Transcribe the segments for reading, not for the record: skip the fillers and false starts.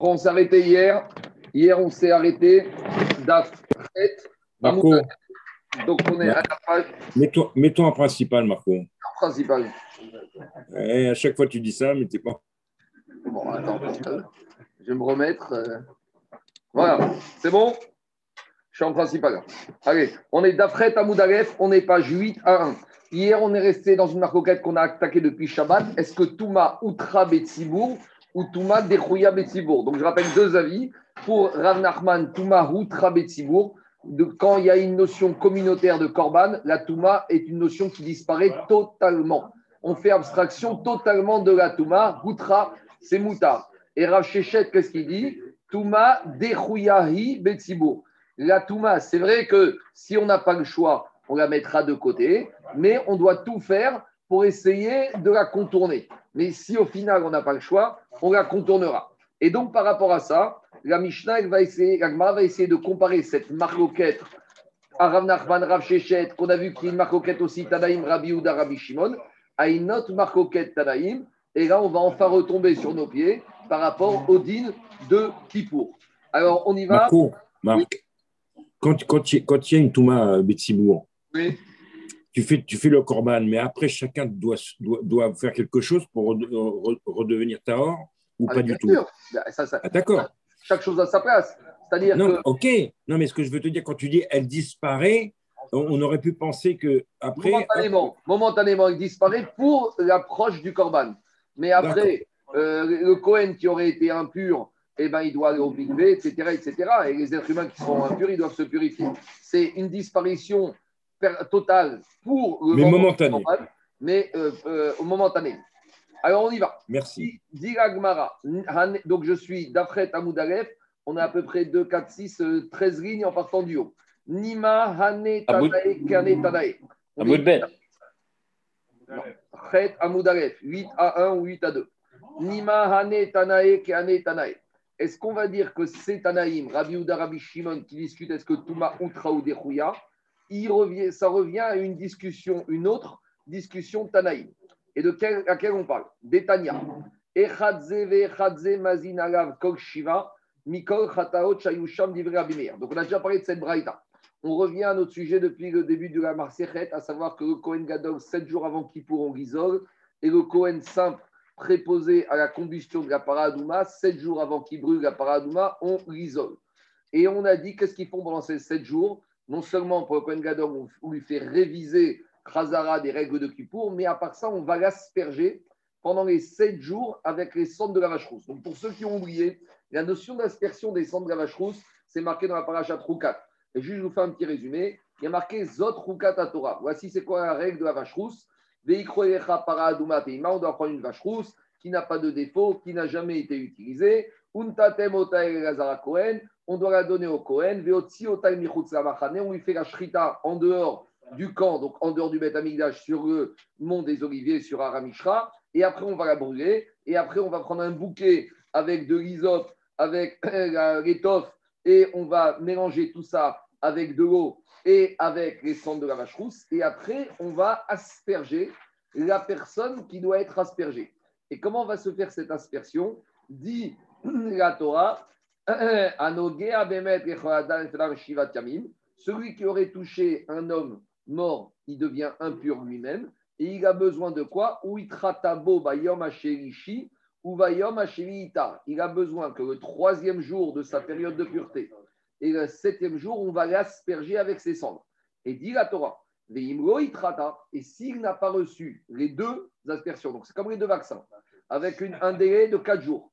On s'est arrêté hier. Hier, on s'est arrêté d'Afret. Marco, Donc, on est à la page mets-toi en principal, Marco. principale. À chaque fois, tu dis ça, mais t'es pas. Bon, attends, je vais me remettre. Voilà, c'est bon? Je suis en principal. Allez, on est d'Afret à Moudalef, on est page 8 à 1. Hier, on est resté dans une marcoquette qu'on a attaquée depuis Shabbat. Est-ce que Touma Outra Betsibour ou Touma Dechouya Betsibour? Donc, je rappelle deux avis. Pour Rav Nachman, Touma Outra Betsibour, quand il y a une notion communautaire de Korban, la Touma est une notion qui disparaît totalement. On fait abstraction totalement de la Touma. Outra, c'est Moutar. Et Rav Shechet, qu'est-ce qu'il dit? Touma Dechouyahi Betsibour. La Touma, c'est vrai que si on n'a pas le choix, on la mettra de côté, mais on doit tout faire pour essayer de la contourner. Mais si au final on n'a pas le choix, on la contournera. Et donc par rapport à ça, la Mishnah, la Gemara va essayer de comparer cette marcoquette à Rav Nachman, Rav Shechet, qu'on a vu qu'il y a une marcoquette aussi Tanaïm, Rabbi Yehuda, Rabbi Shimon, à une autre marcoquette Tanaïm. Et là, on va enfin retomber sur nos pieds par rapport au din de Kippour. Alors, on y va. Marco, Oui. Marc, quand il y a une Touma Betsibour, Oui. tu fais le Corban, mais après, chacun doit faire quelque chose pour redevenir Tahor ou pas Bien du tout? sûr. Ah, d'accord. Chaque chose à sa place. C'est-à-dire Non, que ok. Non, mais ce que je veux te dire, quand tu dis elle disparaît, on aurait pu penser que après, hop, momentanément, il disparaît pour l'approche du Corban. Mais d'accord. après, le Kohen qui aurait été impur, eh ben, il doit aller au mikvé, etc., etc. Et les êtres humains qui sont impurs, ils doivent se purifier. C'est une disparition totale pour le Mais moment du momentané. Corban, mais momentané. Alors, on y va. Merci. Dit la Gemara. Donc, je suis d'Afret à Moudalef. On a à peu près 2, 4, 6, 13 lignes en partant du haut. Nima, Hane, Tanae, Kane, Tanae. On est Ben. Chet à Moudalef. 8 à 1 ou 8 à 2. Nima, Hane, Tanae, Kane, Tanae. Est-ce qu'on va dire que c'est Tanaïm, Rabbi Yehuda, Rabbi Shimon qui discutent est-ce que Touma Outra ou Dechouya? Ça revient à une discussion, une autre discussion Tanaïm. Et de laquelle on parle? D'Etania. Echadze ve'echadze mazin alav kol shiva mikol chataot shayusham divrei abimeir. Donc on a déjà parlé de cette braïta. On revient à notre sujet depuis le début de la Marséchet, à savoir que le Kohen Gadol, 7 jours avant Kippour, on risole, et le Kohen simple, préposé à la combustion de la paradouma, 7 jours avant qu'il brûle la paradouma, on risole. Et on a dit qu'est-ce qu'ils font pendant ces 7 jours? Non seulement pour le Kohen Gadol, on lui fait réviser Khazara des règles de Kippour, mais à part ça, on va l'asperger pendant les 7 jours avec les cendres de la vache rousse. Donc pour ceux qui ont oublié, la notion d'aspersion des cendres de la vache rousse, c'est marqué dans la paracha Roukat. Et juste, je vous fais un petit résumé. Il y a marqué Zot Roukat à Torah. Voici c'est quoi la règle de la vache rousse. On doit prendre une vache rousse qui n'a pas de défaut, qui n'a jamais été utilisée. On doit la donner au Kohen. On lui fait la shrita en dehors du camp, donc en dehors du Beth Amikdash, sur le mont des Oliviers, sur Aramishra. Et après, on va la brûler. Et après, on va prendre un bouquet avec de l'hysope, avec l'étoffe, et on va mélanger tout ça avec de l'eau et avec les cendres de la vache rousse. Et après, on va asperger la personne qui doit être aspergée. Et comment va se faire cette aspersion? Dit la Torah, celui qui aurait touché un homme mort, il devient impur lui-même. Et il a besoin de quoi? Il a besoin que le 3e jour de sa période de pureté et le 7e jour, on va l'asperger avec ses cendres. Et dit la Torah, et s'il n'a pas reçu les 2 aspersions, donc c'est comme les 2 vaccins, avec un délai de 4 jours.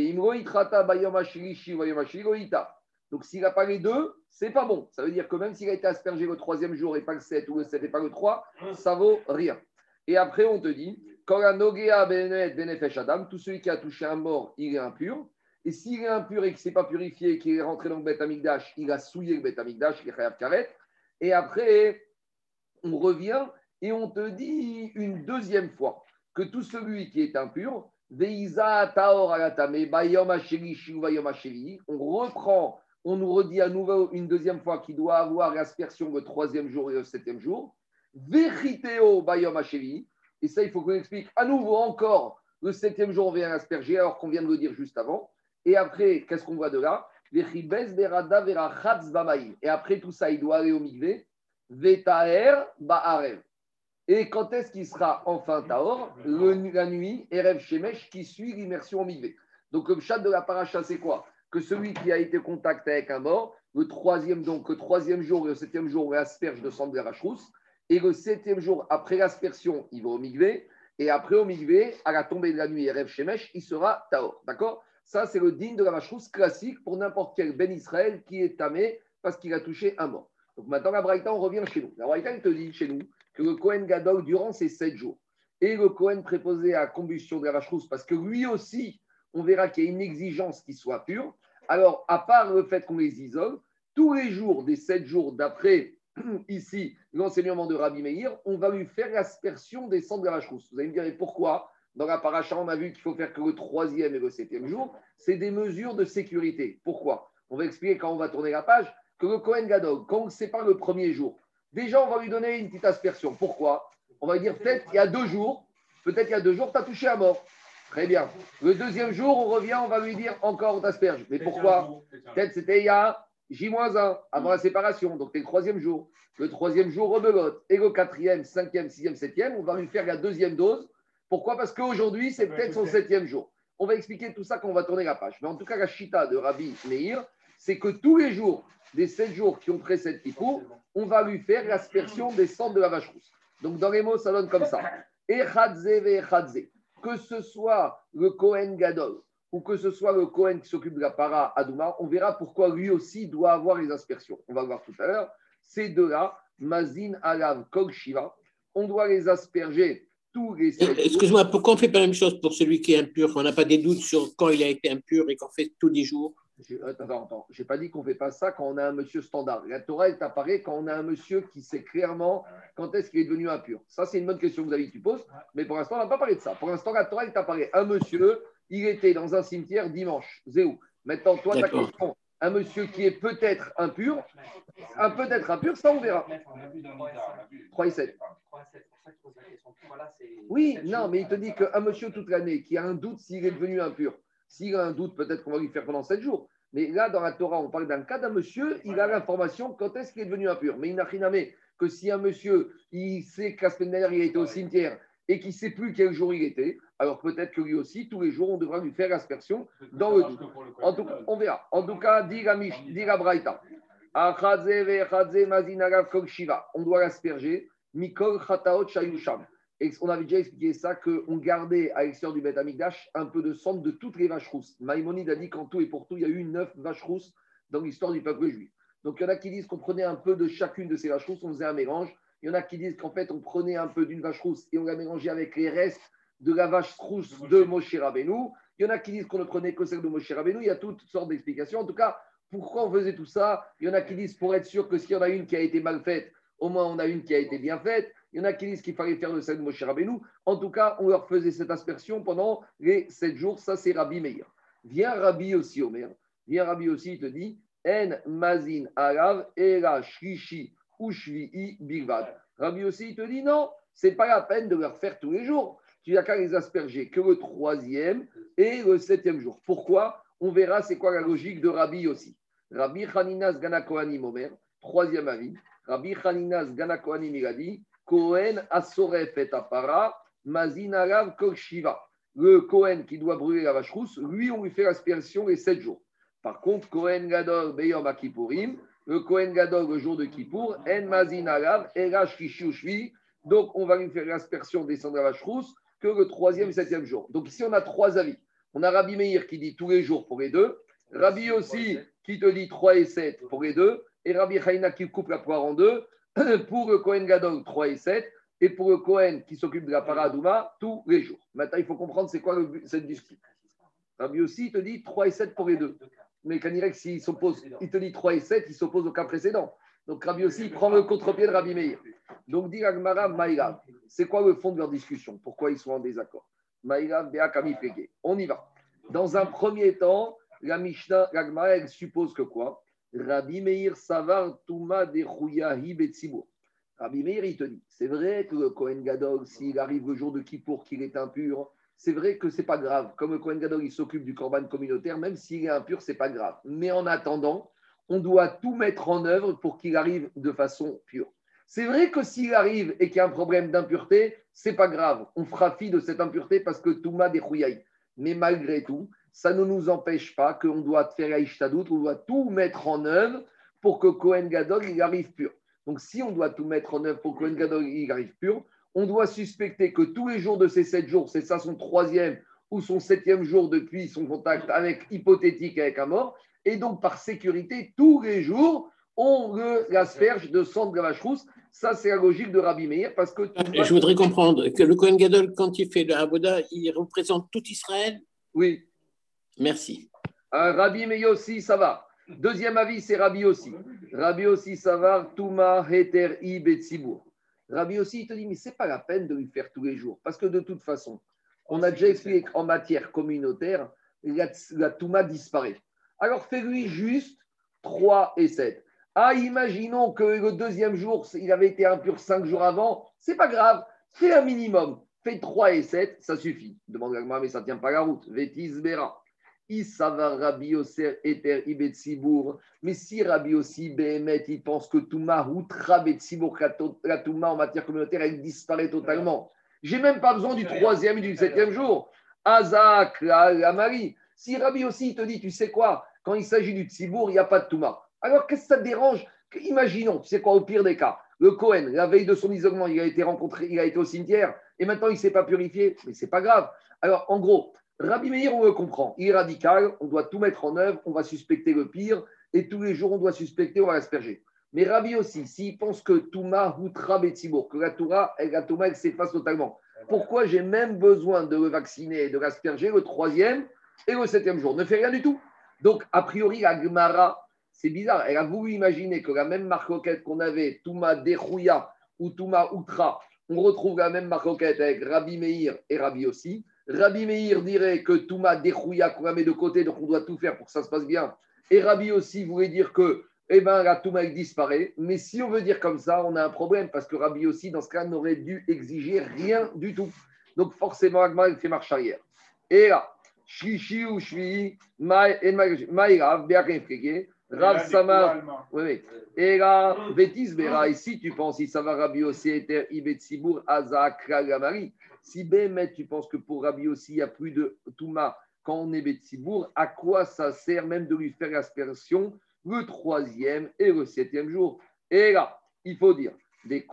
Donc s'il n'a pas les 2, c'est pas bon. Ça veut dire que même s'il a été aspergé le 3e jour et pas le 7 ou le 7 et pas le 3, ça vaut rien. Et après, on te dit, quand la Nogea Benefesh Adam, tout celui qui a touché un mort, il est impur. Et s'il est impur et qu'il ne s'est pas purifié, qu'il est rentré dans le Beth Amikdash, il a souillé le Beth Amikdash, il est Chayav Karet. Et après, on revient et on te dit une 2e fois que tout celui qui est impur, Veiza Taor Alatame, Bayom Hasherishi ou Bayom Hasheri, on reprend, on nous redit à nouveau une 2e fois qu'il doit avoir l'aspersion le 3e jour et le 7e jour. Vechiteo Bayom Hasheri, et ça, il faut qu'on explique à nouveau encore le 7e jour, on vient l'asperger, alors qu'on vient de le dire juste avant. Et après, qu'est-ce qu'on voit de là? Et après tout ça, il doit aller au mikvé. Vetaer ba'arev. Et quand est-ce qu'il sera enfin Tahor? La nuit, Erev Shemesh, qui suit l'immersion au mikvé. Donc le chat de la paracha, c'est quoi? Que celui qui a été contacté avec un mort, le troisième jour et le septième jour, on l'asperge de sang de la vache-rousse. Et le septième jour, après l'aspersion, il va au mikvé. Et après au mikvé, à la tombée de la nuit, Erev Shemesh, il sera Tahor. D'accord? Ça, c'est le digne de la vache-rousse classique pour n'importe quel Ben Israël qui est tamé parce qu'il a touché un mort. Donc maintenant, la Braïta, on revient chez nous. La Braïta, il te dit chez nous que le Kohen Gadol, durant ces 7 jours, et le Kohen préposé à combustion de la vache-rousse, parce que lui aussi, on verra qu'il y a une exigence qui soit pure. Alors, à part le fait qu'on les isole, tous les jours des 7 jours d'après, ici, l'enseignement de Rabbi Meir, on va lui faire l'aspersion des cendres de la vache-rousse. Vous allez me dire, et pourquoi? Dans la paracha, on a vu qu'il faut faire que le troisième et le septième jour. C'est des mesures de sécurité. Pourquoi? On va expliquer quand on va tourner la page que le Kohen Gadol, quand on sépare le premier jour, déjà, on va lui donner une petite aspersion. Pourquoi? On va lui dire peut-être il y a 2 jours, tu as touché à mort. Très bien. Le deuxième jour, on revient, on va lui dire encore t'asperges. Mais pourquoi? Peut-être c'était il y a J-1, avant la séparation. Donc, c'est le troisième jour. Le troisième jour, rebelote. Et le quatrième, cinquième, sixième, septième, on va lui faire la deuxième dose. Pourquoi? Parce qu'aujourd'hui, c'est peut-être son septième jour. On va expliquer tout ça quand on va tourner la page. Mais en tout cas, la chita de Rabbi Meir, c'est que tous les jours, des 7 jours qui ont précédé Kippour, on va lui faire l'aspersion des cendres de la vache rousse. Donc, dans les mots, ça donne comme ça. Echadze ve'echadze. Que ce soit le Kohen Gadol ou que ce soit le Kohen qui s'occupe de la para Adouma, on verra pourquoi lui aussi doit avoir les aspersions. On va le voir tout à l'heure. Ces deux-là, Mazin, Alav, Kol Shiva, on doit les asperger tous les 7 jours. Excuse-moi, pourquoi on ne fait pas la même chose pour celui qui est impur? On n'a pas des doutes sur quand il a été impur et qu'on fait tous les jours? Attends. Je n'ai pas dit qu'on ne fait pas ça quand on a un monsieur standard. La Torah, elle t'apparaît quand on a un monsieur qui sait clairement quand est-ce qu'il est devenu impur. Ça, c'est une bonne question que David tu poses, mais pour l'instant, on n'a pas parlé de ça. Pour l'instant, la Torah, elle t'apparaît. Un monsieur, il était dans un cimetière dimanche. Zéou. Maintenant, toi, ta question, un monsieur qui est peut-être impur, ça, on verra. 3 et 7. Oui, non, mais il te dit qu'un monsieur toute l'année qui a un doute s'il est devenu impur, s'il a un doute, peut-être qu'on va lui faire pendant 7 jours. Mais là, dans la Torah, on parle d'un cas d'un monsieur, il a l'information quand est-ce qu'il est devenu impur. Mais il n'a rien à mettre que si un monsieur, il sait que la semaine dernière, il a été au cimetière et qu'il ne sait plus quel jour il était, alors peut-être que lui aussi, tous les jours, on devra lui faire l'aspersion dans le doute. En tout cas, on verra. En tout cas, dit la Braïta. On doit l'asperger. Mikol Chataot Shayusham. Et on avait déjà expliqué ça, qu'on gardait à l'extérieur du Beth Amikdash un peu de sang de toutes les vaches rousses. Maïmonide a dit qu'en tout et pour tout, il y a eu 9 vaches rousses dans l'histoire du peuple juif. Donc il y en a qui disent qu'on prenait un peu de chacune de ces vaches rousses, on faisait un mélange. Il y en a qui disent qu'en fait, on prenait un peu d'une vache rousse et on la mélangeait avec les restes de la vache rousse de Moshe Rabbeinu. Il y en a qui disent qu'on ne prenait que celle de Moshe Rabbeinu. Il y a toutes sortes d'explications. En tout cas, pourquoi on faisait tout ça? Il y en a qui disent pour être sûr que s'il y en a une qui a été mal faite, au moins on a une qui a été bien faite. Il y en a qui disent qu'il fallait faire de celle de Moshe Rabbeinu. En tout cas, on leur faisait cette aspersion pendant les 7 jours. Ça, c'est Rabbi Meir. Vient Rabbi aussi, Omer. Vient Rabbi aussi, il te dit En mazin alav ela shlishi ushvi'i bilvad. Rabbi aussi, il te dit non, c'est pas la peine de leur faire tous les jours. Tu n'as qu'à les asperger que le 3e et le 7e jour. Pourquoi? On verra c'est quoi la logique de Rabbi aussi. Rabbi Chaninas Gana Kohanim Omer, 3e avis. Rabbi Chaninas Gana Kohanim, il a dit Kohen Asoref et Apara, Mazin Alav Kol Shiva. Le Kohen qui doit brûler la vache rousse, lui, on lui fait l'aspersion les 7 jours. Par contre, Kohen Gadol Beyom Akipurim, le Kohen Gadol le jour de Kippour, En Mazin Alav, Erash Kishushvi. Donc, on va lui faire l'aspersion des cendres de la vache rousse que le 3e et 7e jour. Donc, ici, on a 3 avis. On a Rabbi Meir qui dit tous les jours pour les 2, Rabbi aussi qui te dit 3 et 7 pour les 2, et Rabbi Chaina qui coupe la poire en 2. Pour le Kohen Gadol, 3 et 7, et pour le Kohen qui s'occupe de la Paradouma, tous les jours. Maintenant, il faut comprendre c'est quoi cette discussion. Rabbi aussi, il te dit 3 et 7 pour les 2. Mais Kanirek, s'il s'oppose, il te dit 3 et 7, il s'oppose au cas précédent. Donc Rabbi aussi, il prend le contre-pied de Rabbi Meir. Donc, dit Agmara, Maïrav, c'est quoi le fond de leur discussion? Pourquoi ils sont en désaccord? Maïrav, Béa, Kami, Fege. On y va. Dans un premier temps, la Mishnah, l'Agmara, elle suppose que quoi? Rabbi Meir Savar Touma de Chouyahi Betsibour. Rabbi Meir, il te dit, c'est vrai que le Kohen Gadol, s'il arrive le jour de Kippour qu'il est impur, c'est vrai que ce n'est pas grave. Comme le Kohen Gadol, il s'occupe du korban communautaire, même s'il est impur, ce n'est pas grave. Mais en attendant, on doit tout mettre en œuvre pour qu'il arrive de façon pure. C'est vrai que s'il arrive et qu'il y a un problème d'impureté, ce n'est pas grave. On fera fi de cette impureté parce que Touma des Khouyaï. Mais malgré tout, ça ne nous empêche pas qu'on doit faire la Ishtadout, on doit tout mettre en œuvre pour que Kohen Gadol il arrive pur. Donc si on doit tout mettre en œuvre pour que Kohen Gadol il arrive pur, on doit suspecter que tous les jours de ces 7 jours, c'est ça son 3e ou son 7e jour depuis son contact avec hypothétique avec un mort, et donc par sécurité, tous les jours, on l'asperge de sang de la vache rousse. Ça, c'est la logique de Rabbi Meir parce que... Je voudrais comprendre que le Kohen Gadol, quand il fait le Avoda, il représente tout Israël. Oui. Merci. Rabbi Meir aussi, ça va. Deuxième avis, c'est Rabbi aussi. Rabbi aussi, ça va. Touma, Heter, I, Betsibour. Rabbi aussi, il te dit, mais ce n'est pas la peine de lui faire tous les jours. Parce que de toute façon, on a déjà expliqué qu'en matière communautaire, la Touma disparaît. Alors fais-lui juste 3 et 7. Ah, imaginons que le deuxième jour, il avait été impur 5 jours avant. C'est pas grave. Fais un minimum. Fais 3 et 7, ça suffit. Demande à moi, mais ça ne tient pas la route. Vétis Bera. Issavar Rabbi Yosser Eter Ibetzibour. Mais si Rabbi aussi, Behemet, il pense que Touma, Outra Betzibour, la Touma en matière communautaire, elle disparaît totalement. J'ai même pas besoin du 3e et du 7e jour. Azak, la Marie. Si Rabbi aussi, il te dit, tu sais quoi, quand il s'agit du Tzibour, il n'y a pas de Touma. Alors, qu'est-ce que ça te dérange? Imaginons, tu sais quoi, au pire des cas, le Cohen, la veille de son isolement, il a été rencontré, il a été au cimetière, et maintenant il ne s'est pas purifié, mais ce n'est pas grave. Alors, en gros, Rabbi Meir, on le comprend, il est radical, on doit tout mettre en œuvre, on va suspecter le pire, et tous les jours, on doit suspecter, on va l'asperger. Mais Rabbi aussi, s'il pense que Touma, Hutra, Betzibour, que la Touma, elle s'efface totalement, pourquoi j'ai même besoin de le vacciner et de l'asperger le 3e et le 7e jour? Ne fait rien du tout. Donc, a priori, la Gemara, c'est bizarre, elle a voulu imaginer que la même marcoquette qu'on avait, Touma Dechouya ou Touma Outra, on retrouve la même marcoquette avec Rabbi Meir et Rabbi aussi. Rabbi Meir dirait que Touma Dechouya, qu'on la met de côté, donc on doit tout faire pour que ça se passe bien. Et Rabbi aussi voulait dire que la Touma elle disparaît. Mais si on veut dire comme ça, on a un problème parce que Rabbi aussi, dans ce cas, n'aurait dû exiger rien du tout. Donc forcément, Agma, elle fait marche arrière. Et là, Shishi ou Shvi, Maïrav, Béakenfrege, Rav Samar. Oui. Et là, Vétis Béra, ici tu penses, si ça va Rabbi aussi, Eter, Ibetzibour, Azak, Gamari. Si Bémet, tu penses que pour Rabbi aussi, il n'y a plus de Touma quand on est Betzibour, à quoi ça sert même de lui faire l'aspersion le 3e et le 7e jour? Et là, il faut dire, des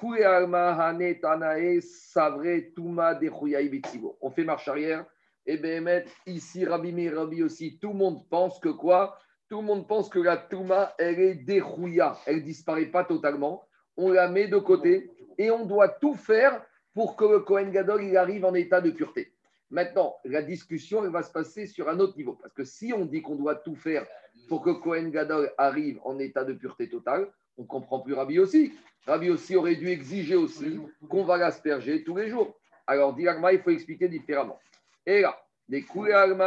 on fait marche arrière. Et bien, ici, Rabbi Meir, Rabbi aussi, tout le monde pense que quoi? Tout le monde pense que la Touma, elle est dérouilla, elle ne disparaît pas totalement. On la met de côté et on doit tout faire pour que le Kohen Gadol il arrive en état de pureté. Maintenant, la discussion elle va se passer sur un autre niveau. Parce que si on dit qu'on doit tout faire pour que Kohen Gadol arrive en état de pureté totale, on ne comprend plus Rabbi aussi. Rabbi aussi aurait dû exiger aussi qu'on va l'asperger tous les jours. Alors, Dilagma, il faut expliquer différemment. Et là, il faut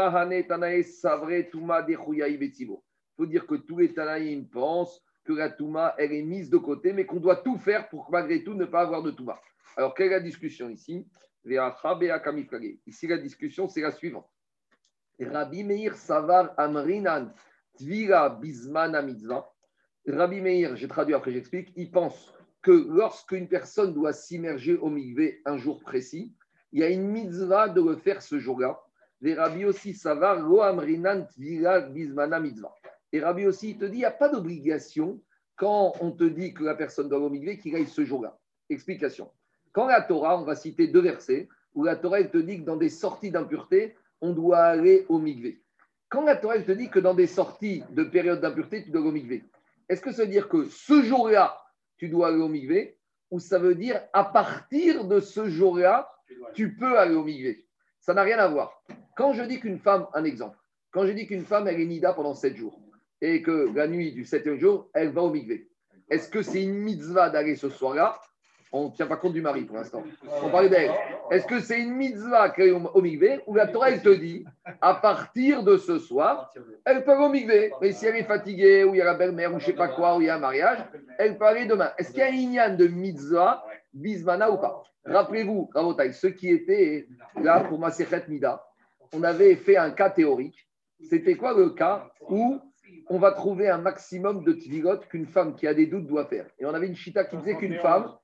dire que tous les Tanaïm pensent que la Touma, elle est mise de côté, mais qu'on doit tout faire pour malgré tout ne pas avoir de Touma. Alors, quelle est la discussion ici? Ici, la discussion, c'est la suivante. Rabbi Meir Savar Amrinan Tvira Bismana Mitzvah. Rabbi Meir, j'ai traduit après, j'explique, il pense que lorsqu'une personne doit s'immerger au mikvé un jour précis, il y a une mitzvah de le faire ce jour-là. Les Rabbi aussi Savar Lo Amrinan Tvira Bismana Mitzvah. Et Rabbi aussi, il te dit, il n'y a pas d'obligation quand on te dit que la personne doit aller au mikvé qu'il aille ce jour-là. Explication. Quand la Torah, on va citer 2 versets, où la Torah elle te dit que dans des sorties d'impureté, on doit aller au mikvé. Quand la Torah elle te dit que dans des sorties de période d'impureté, tu dois aller au mikvé, est-ce que ça veut dire que ce jour-là, tu dois aller au mikvé, ou ça veut dire à partir de ce jour-là, tu peux aller au mikvé? Ça n'a rien à voir. Quand je dis qu'une femme, un exemple, quand je dis qu'une femme, elle est nida pendant 7 jours, et que la nuit du 7e jour, elle va au mikvé, est-ce que c'est une mitzvah d'aller ce soir-là? On ne tient pas compte du mari pour l'instant. On parle d'elle. Est-ce que c'est une mitzvah qu'elle est au mikvé ou la Torah, elle te dit, à partir de ce soir, elle peut aller au mikvé. Mais si elle est fatiguée, ou il y a la belle-mère, ou je ne sais pas quoi, ou il y a un mariage, elle peut aller demain. Est-ce qu'il y a un inyan de mitzvah Bismana ou pas. Rappelez-vous, Rabotai, ceux qui étaient là pour Masechet Mida, on avait fait un cas théorique. C'était quoi le cas où on va trouver un maximum de tvilot qu'une femme qui a des doutes doit faire? Et on avait une chita qui disait qu'une femme,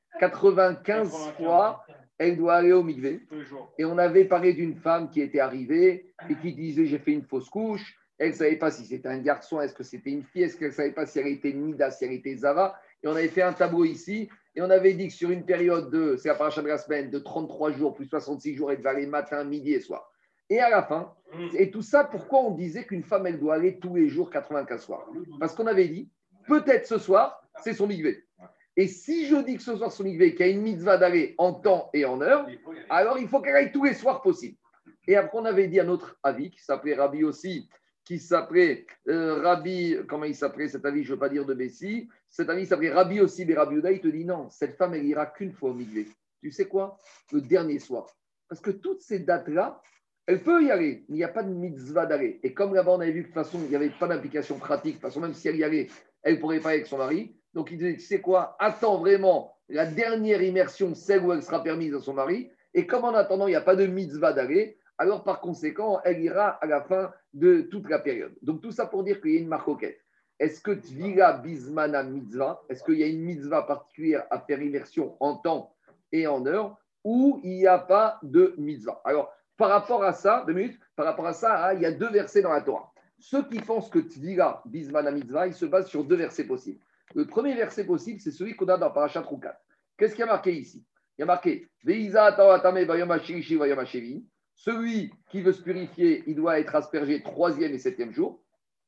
95 fois, elle doit aller au mikvé. Et on avait parlé d'une femme qui était arrivée et qui disait j'ai fait une fausse couche. Elle ne savait pas si c'était un garçon, est-ce que c'était une fille, est-ce qu'elle ne savait pas si elle était Nida, si elle était Zava. Et on avait fait un tableau ici et on avait dit que sur une période de, c'est la paracha de la semaine, de 33 jours plus 66 jours, elle devait aller matin, midi et soir. Et à la fin, et tout ça, pourquoi on disait qu'une femme, elle doit aller tous les jours 95 soirs? Parce qu'on avait dit, peut-être ce soir, c'est son mikvé. Et si je dis que ce soir, son mikvé, qu'il y a une mitzvah d'aller en temps et en heure, alors il faut qu'elle aille tous les soirs possible. Et après, on avait dit un autre avis qui s'appelait Rabbi aussi, qui s'appelait Rabbi, comment il s'appelait cet avis? Je ne veux pas dire de Bessie. Cet avis s'appelait Rabbi aussi, mais Rabbi Ouda, il te dit non, cette femme, elle ira qu'une fois au mikvé. Tu sais quoi? Le dernier soir. Parce que toutes ces dates-là, elle peut y aller, mais il n'y a pas de mitzvah d'aller. Et comme là-bas, on avait vu que de toute façon, il n'y avait pas d'implication pratique, de toute façon, même si elle y allait, elle ne pourrait pas avec son mari. Donc, il disait, tu sais quoi? Attends vraiment la dernière immersion, celle où elle sera permise à son mari. Et comme en attendant, il n'y a pas de mitzvah d'aller, alors par conséquent, elle ira à la fin de toute la période. Donc, tout ça pour dire qu'il y a une marcoquette. Est-ce que Tvila Bismana mitzvah? Est-ce qu'il y a une mitzvah particulière à faire immersion en temps et en heure ou il n'y a pas de mitzvah? Alors, par rapport à ça, 2 minutes, par rapport à ça, il y a 2 versets dans la Torah. Ceux qui pensent que Tvila Bismana mitzvah, ils se basent sur 2 versets possibles. Le premier verset possible, c'est celui qu'on a dans Parashat Rukat. Qu'est-ce qu'il y a marqué ici? Il y a marqué Ve'iza Taoratame Bayom Hashirishi Bayom Hashevi. Celui qui veut se purifier, il doit être aspergé 3e et 7e jour.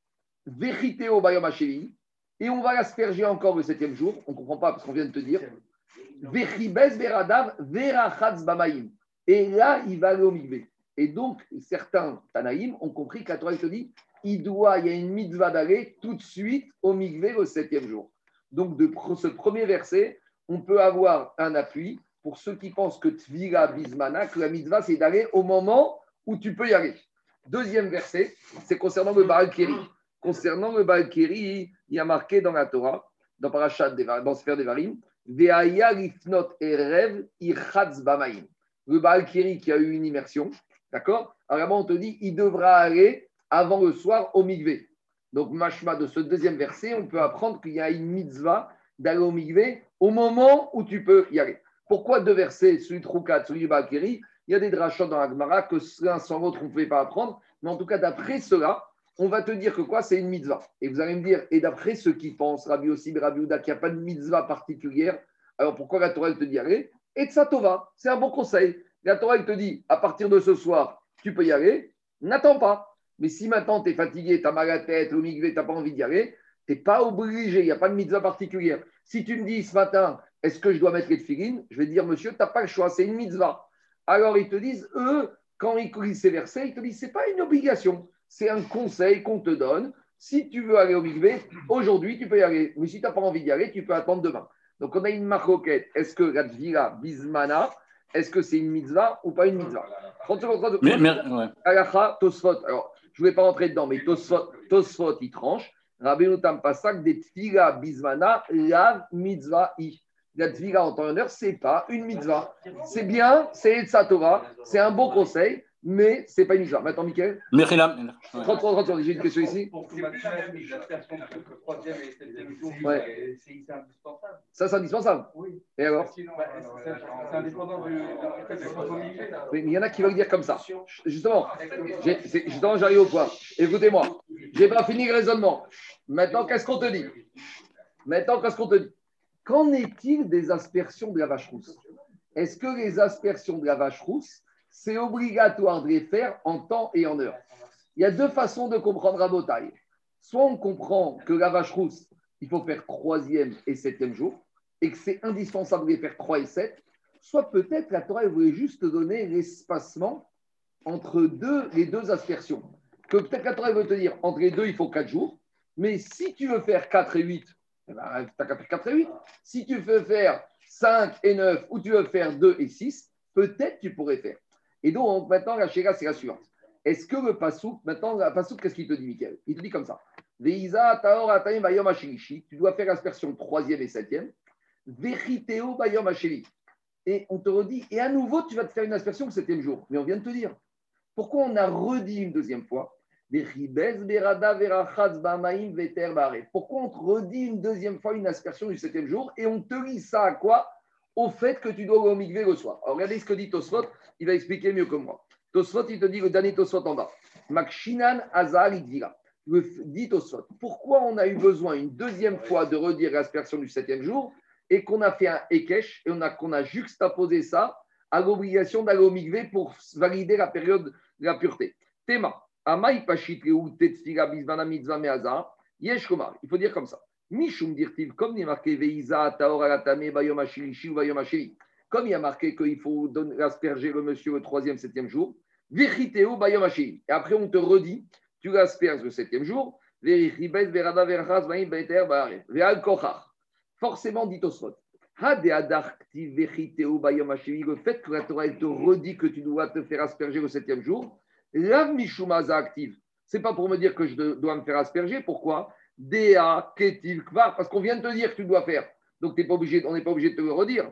Vechiteo Bayom Hashevi. Et on va l'asperger encore le 7e jour. On ne comprend pas parce qu'on vient de te dire. Vechibes Beradav Verachatz Bamaim. Et là, il va aller au mikvé. Et donc, certains Tanaïm ont compris que la Torah te dit il y a une mitzvah d'aller tout de suite au mikvé le 7e jour. Donc, de ce premier verset, on peut avoir un appui pour ceux qui pensent que Tvila Bismana, que la mitzvah, c'est d'aller au moment où tu peux y aller. Deuxième verset, c'est concernant le Baal Keri. Concernant le Baal Keri, il y a marqué dans la Torah, dans Parashat, dans Sefer Devarim, Ve'aya lifnot erev irchatz bamaim. Le Baal Keri qui a eu une immersion, d'accord? Alors là-bas, on te dit, il devra aller avant le soir au mikvé. Donc, mashma de ce deuxième verset, on peut apprendre qu'il y a une mitzvah d'aller au mikvé au moment où tu peux y aller. Pourquoi 2 versets, celui de Roukat, celui du Baal Keri? Il y a des drachot dans la Gemara que l'un sans l'autre, on ne pouvait pas apprendre. Mais en tout cas, d'après cela, on va te dire que quoi? C'est une mitzvah. Et vous allez me dire, et d'après ceux qui pensent, Rabbi aussi, Rabbi Ouda, qu'il n'y a pas de mitzvah particulière, alors pourquoi la Torah, elle te dit aller? Et Tsatova, c'est un bon conseil. La Torah, elle te dit, à partir de ce soir, tu peux y aller, n'attends pas. Mais si maintenant tu es fatigué, tu as mal à la tête, au mikvé, tu n'as pas envie d'y aller, tu n'es pas obligé, il n'y a pas de mitzvah particulière. Si tu me dis ce matin, est-ce que je dois mettre les tefilines? Je vais te dire, monsieur, tu n'as pas le choix, c'est une mitzvah. Alors ils te disent, eux, quand ils lisent ces versets, ils te disent, ce n'est pas une obligation, c'est un conseil qu'on te donne. Si tu veux aller au mikvé, aujourd'hui, tu peux y aller. Mais si tu n'as pas envie d'y aller, tu peux attendre demain. Donc on a une marcoquette. Est-ce que la tvila bismana, est-ce que c'est une mitzvah ou pas une mitzvah? 30 secondes, 30 secondes. Ouais. Alacha, Tosfot. Alors, je ne vais pas rentrer dedans, mais Tosfot, il tranche. Rabbeinu Tam Pasak, des tvila bismana, la mitzvah i. La tvila en temps et en heure, ce n'est pas une mitzvah. C'est bien, c'est Etsa Torah, c'est un bon conseil, mais ce n'est pas une mitzvah. Maintenant, Mickaël 30 secondes, j'ai une question ici. Ouais. C'est indispensable. Ça, c'est indispensable. Oui. Et alors? C'est indépendant du. Mais il y en a qui veulent dire comme ça. Justement, j'arrive au point. Écoutez-moi, je n'ai pas fini le raisonnement. Maintenant, qu'est-ce qu'on te dit? Qu'en est-il des aspersions de la vache rousse? Est-ce que les aspersions de la vache rousse, c'est obligatoire de les faire en temps et en heure? Il y a 2 façons de comprendre Rabotai. Soit on comprend que la vache rousse, il faut faire 3e et 7e jour, et que c'est indispensable de les faire 3 et 7. Soit peut-être la Torah voulait juste donner l'espacement entre les 2 aspersions. Que peut-être la Torah veut te dire, entre les 2, il faut 4 jours, mais si tu veux faire 4 et 8, tu n'as qu'à faire 4 et 8. Si tu veux faire 5 et 9 ou tu veux faire 2 et 6, peut-être tu pourrais faire. Et donc, maintenant, la chéra, c'est la suivante. Est-ce que le Passouk, maintenant, le Passouk, qu'est-ce qu'il te dit, Mickaël? Il te dit comme ça. Veïza, Taor, Ataim, Bayom, Hashirishi. Tu dois faire l'aspersion 3e et 7e. Vechiteo, Bayom, Hashiri. et on te redit, et à nouveau, tu vas te faire une aspersion le 7e jour. Mais on vient de te dire. Pourquoi on a redit une deuxième fois? Pourquoi on te redit une deuxième fois une aspersion du 7e jour et on te lit ça à quoi? Au fait que tu dois aller au mikvé le soir. Alors regardez ce que dit Tosfot, il va expliquer mieux que moi. Tosfot, il te dit le dernier Tosfot en bas. Makshinan Azar Idvira. Dit Tosfot, pourquoi on a eu besoin une deuxième fois de redire l'aspersion du 7e jour et qu'on a fait un Ekesh et qu'on a juxtaposé ça à l'obligation d'aller au mikvé pour valider la période de la pureté. Théma. Il faut dire comme ça. Mishum dirtiv, comme il est marqué Veiza, Taor Alatame, Bayom Ashirishi ou Bayom Ashiri. Comme il y a marqué qu'il faut asperger le monsieur le 3e, 7e jour. Vichiteo Bayom Ashiri. Et après, on te redit, tu l'asperges le 7e jour. Verichibet, Verada, Verachas, Baim, Beter, Baare. Veal Kochar. Forcément, dit Tosfot. Le fait que la Torah te redit que tu dois te faire asperger le 7e jour. Lav Mishumaza active. Ce n'est pas pour me dire que je dois me faire asperger. Pourquoi? Dea, Ketil, Kvar. Parce qu'on vient de te dire que tu dois faire. Donc, on n'est pas obligé de te le redire.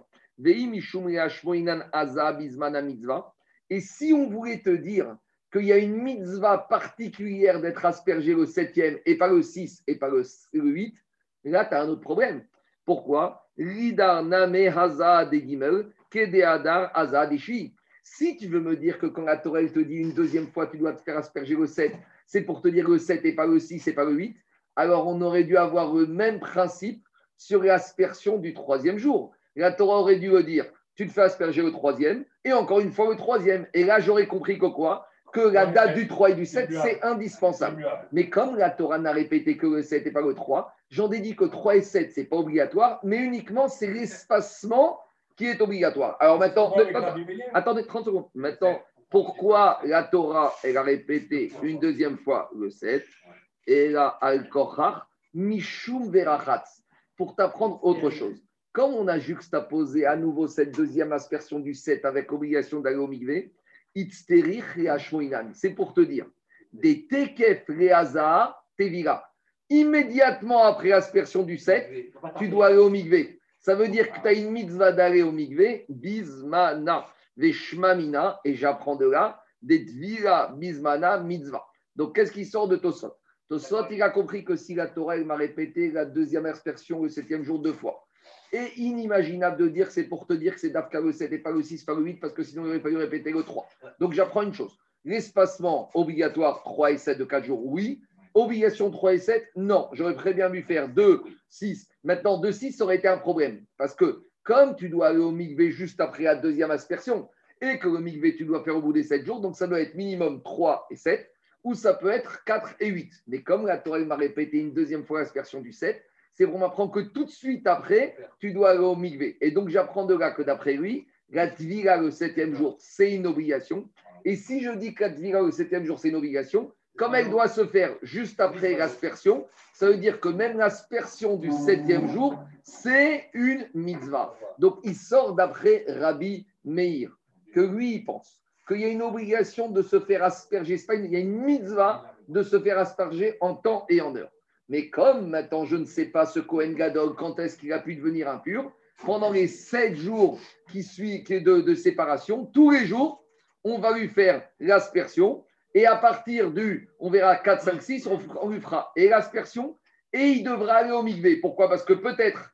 Et si on voulait te dire qu'il y a une mitzvah particulière d'être aspergé le 7e et pas le 6 et pas le 8, là, tu as un autre problème. Pourquoi? Lidar Name Haza de Gimel, Kedeadar Haza de Shi. Si tu veux me dire que quand la Torah te dit une deuxième fois, tu dois te faire asperger le 7, c'est pour te dire le 7 et pas le 6 et pas le 8, alors on aurait dû avoir le même principe sur l'aspersion du 3e jour. La Torah aurait dû le dire, tu te fais asperger le 3e et encore une fois le 3e. Et là, j'aurais compris que quoi? Que la date du 3 et du 7, c'est indispensable. Mais comme la Torah n'a répété que le 7 et pas le 3, j'en ai dit que 3 et 7, ce n'est pas obligatoire, mais uniquement c'est l'espacement qui est obligatoire. Alors maintenant, attendez 30 secondes. Maintenant, pourquoi la Torah, elle a répété une deuxième fois le 7 et la al-Kochar, Mishum Verachatz, pour t'apprendre autre chose. Comme on a juxtaposé à nouveau cette deuxième aspersion du 7 avec obligation d'aller au mikvé, Itzterich et Ashmoinan, c'est pour te dire, des Tekef Leaza Tevira. Immédiatement après l'aspersion du 7, tu dois aller au mikvé. Ça veut dire que tu as une mitzvah d'aller au mikvé, bismana, veshmamina, et j'apprends de là, des tvira, bismana, mitzvah. Donc, qu'est-ce qui sort de Tosot? Tosot, il a compris que si la Torah m'a répété la deuxième aspersion le 7e jour 2 fois, et inimaginable de dire que c'est pour te dire que c'est d'Afka le 7 et pas le 6, pas le 8, parce que sinon il aurait fallu répéter le 3. Donc, j'apprends une chose. L'espacement obligatoire 3 et 7 de 4 jours, oui. Obligation 3 et 7, non. J'aurais très bien vu faire 2, 6. Maintenant, 2, 6, ça aurait été un problème. Parce que comme tu dois aller au mikvé juste après la deuxième aspersion, et que le mikvé, tu dois faire au bout des 7 jours, donc ça doit être minimum 3 et 7, ou ça peut être 4 et 8. Mais comme la Torah m'a répété une deuxième fois l'aspersion du 7, c'est pour m'apprendre que tout de suite après, tu dois aller au mikvé. Et donc, j'apprends de là que d'après lui, la tvila le 7e jour, c'est une obligation. Et si je dis que la tvila le 7e jour, c'est une obligation, comme elle doit se faire juste après l'aspersion, ça veut dire que même l'aspersion du 7e jour, c'est une mitzvah. Donc, il sort d'après Rabbi Meir, que lui, il pense qu'il y a une obligation de se faire asperger. Il y a une mitzvah de se faire asperger en temps et en heure. Mais comme maintenant, je ne sais pas ce Kohen Gadol, quand est-ce qu'il a pu devenir impur, pendant les 7 jours qui suivent de séparation, tous les jours, on va lui faire l'aspersion. Et à partir du, on verra 4, 5, 6, on lui fera et l'aspersion et il devra aller au mikvé. Pourquoi? Parce que peut-être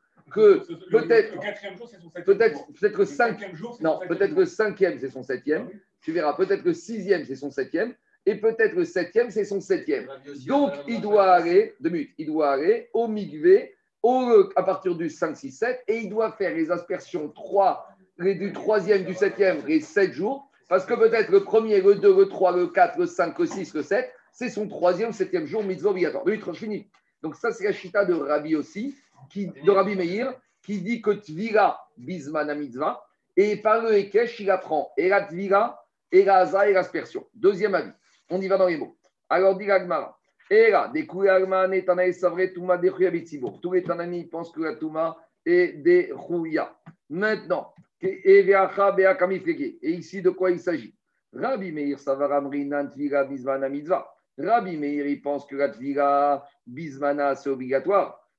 le 5e jour, non, peut-être le 5e, c'est son 7e. Tu verras, peut-être le 6e, c'est son 7e. Et peut-être le 7e, c'est son 7e. Donc, il doit aller au mikvé à partir du 5, 6, 7 et il doit faire les aspersions du 3e, du 7e, les 7 jours. Parce que peut-être le 1er, le 2, le 3, le 4, le 5, le 6, le 7, c'est son 3e, 7e jour mitzvah obligatoire. Oui, fini. Donc ça, c'est la chita de Rabbi aussi, de Rabbi Meir, qui dit que tvira bismana mitzvah, et par le Hekesh, il apprend et la tvira, et la haza, et l'aspersion. Deuxième avis. On y va dans les mots. Alors, dit l'Agmara. Et là, des Kouyagma, Netanaï, Savre, Touma, des Rouya, Bitsibour. Tous les Tanani pensent que la Touma est des Rouya. Maintenant, et ici, de quoi il s'agit? Rabbi Meir Savaramrinan Tvira Bismana Mitzvah. Rabbi Meir, il pense que la Tvira Bismana, c'est obligatoire.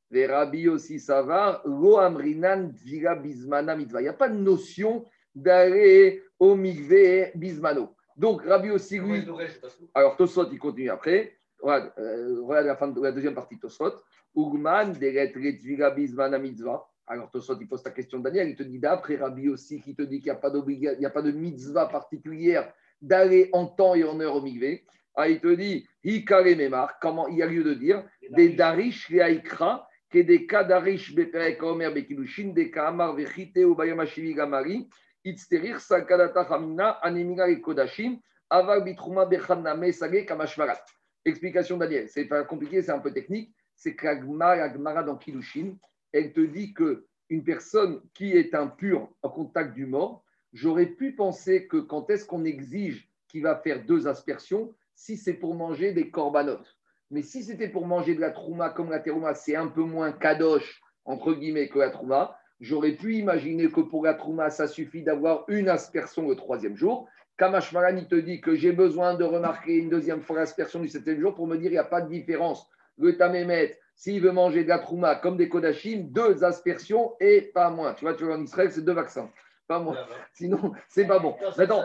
Les Rabbi aussi, ça va. Lo amrinan dvira bismana mitzvah. Il n'y a pas de notion d'aller au mikvé bismano. Donc, Rabbi aussi, lui. Alors, Tosfot, il continue après. Voilà la fin de la deuxième partie de Tosfot. Ugman, deret dvira bismana mitzvah. Alors, Tosfot, il pose ta question, Daniel. Il te dit d'après Rabbi aussi, qui te dit qu'il n'y a pas de mitzvah particulière d'aller en temps et en heure au mikvé. Ah, il te dit, Hikare Memar, comment il y a lieu de dire, des Darish Leaikra, que des Kadarish Beperek Omer Bekilushin, des Kaamar Vechite ou Bayamashivi Gamari, Itzterir Sakadata Hamina, Anemira et Kodashim, Avar Bitrouma Bechanna Mesage Kamashvarat. Explication Daniel, c'est pas compliqué, c'est un peu technique, c'est que la Gemara dans Kilushin, elle te dit que une personne qui est impure en contact du mort, j'aurais pu penser que quand est-ce qu'on exige qu'il va faire 2 aspersions, si c'est pour manger des corbanotes. Mais si c'était pour manger de la trouma, comme la terouma, c'est un peu moins kadosh, entre guillemets, que la trouma, j'aurais pu imaginer que pour la trouma, ça suffit d'avoir une aspersion le 3e jour. Kamash Maran, il te dit que j'ai besoin de remarquer une deuxième fois l'aspersion du 7e jour pour me dire qu'il n'y a pas de différence. Le tamémet, s'il veut manger de la trouma comme des kodachim, 2 aspersions et pas moins. Tu vois, en Israël, c'est 2 vaccins. Pas moi. Sinon, c'est pas bon. Maintenant,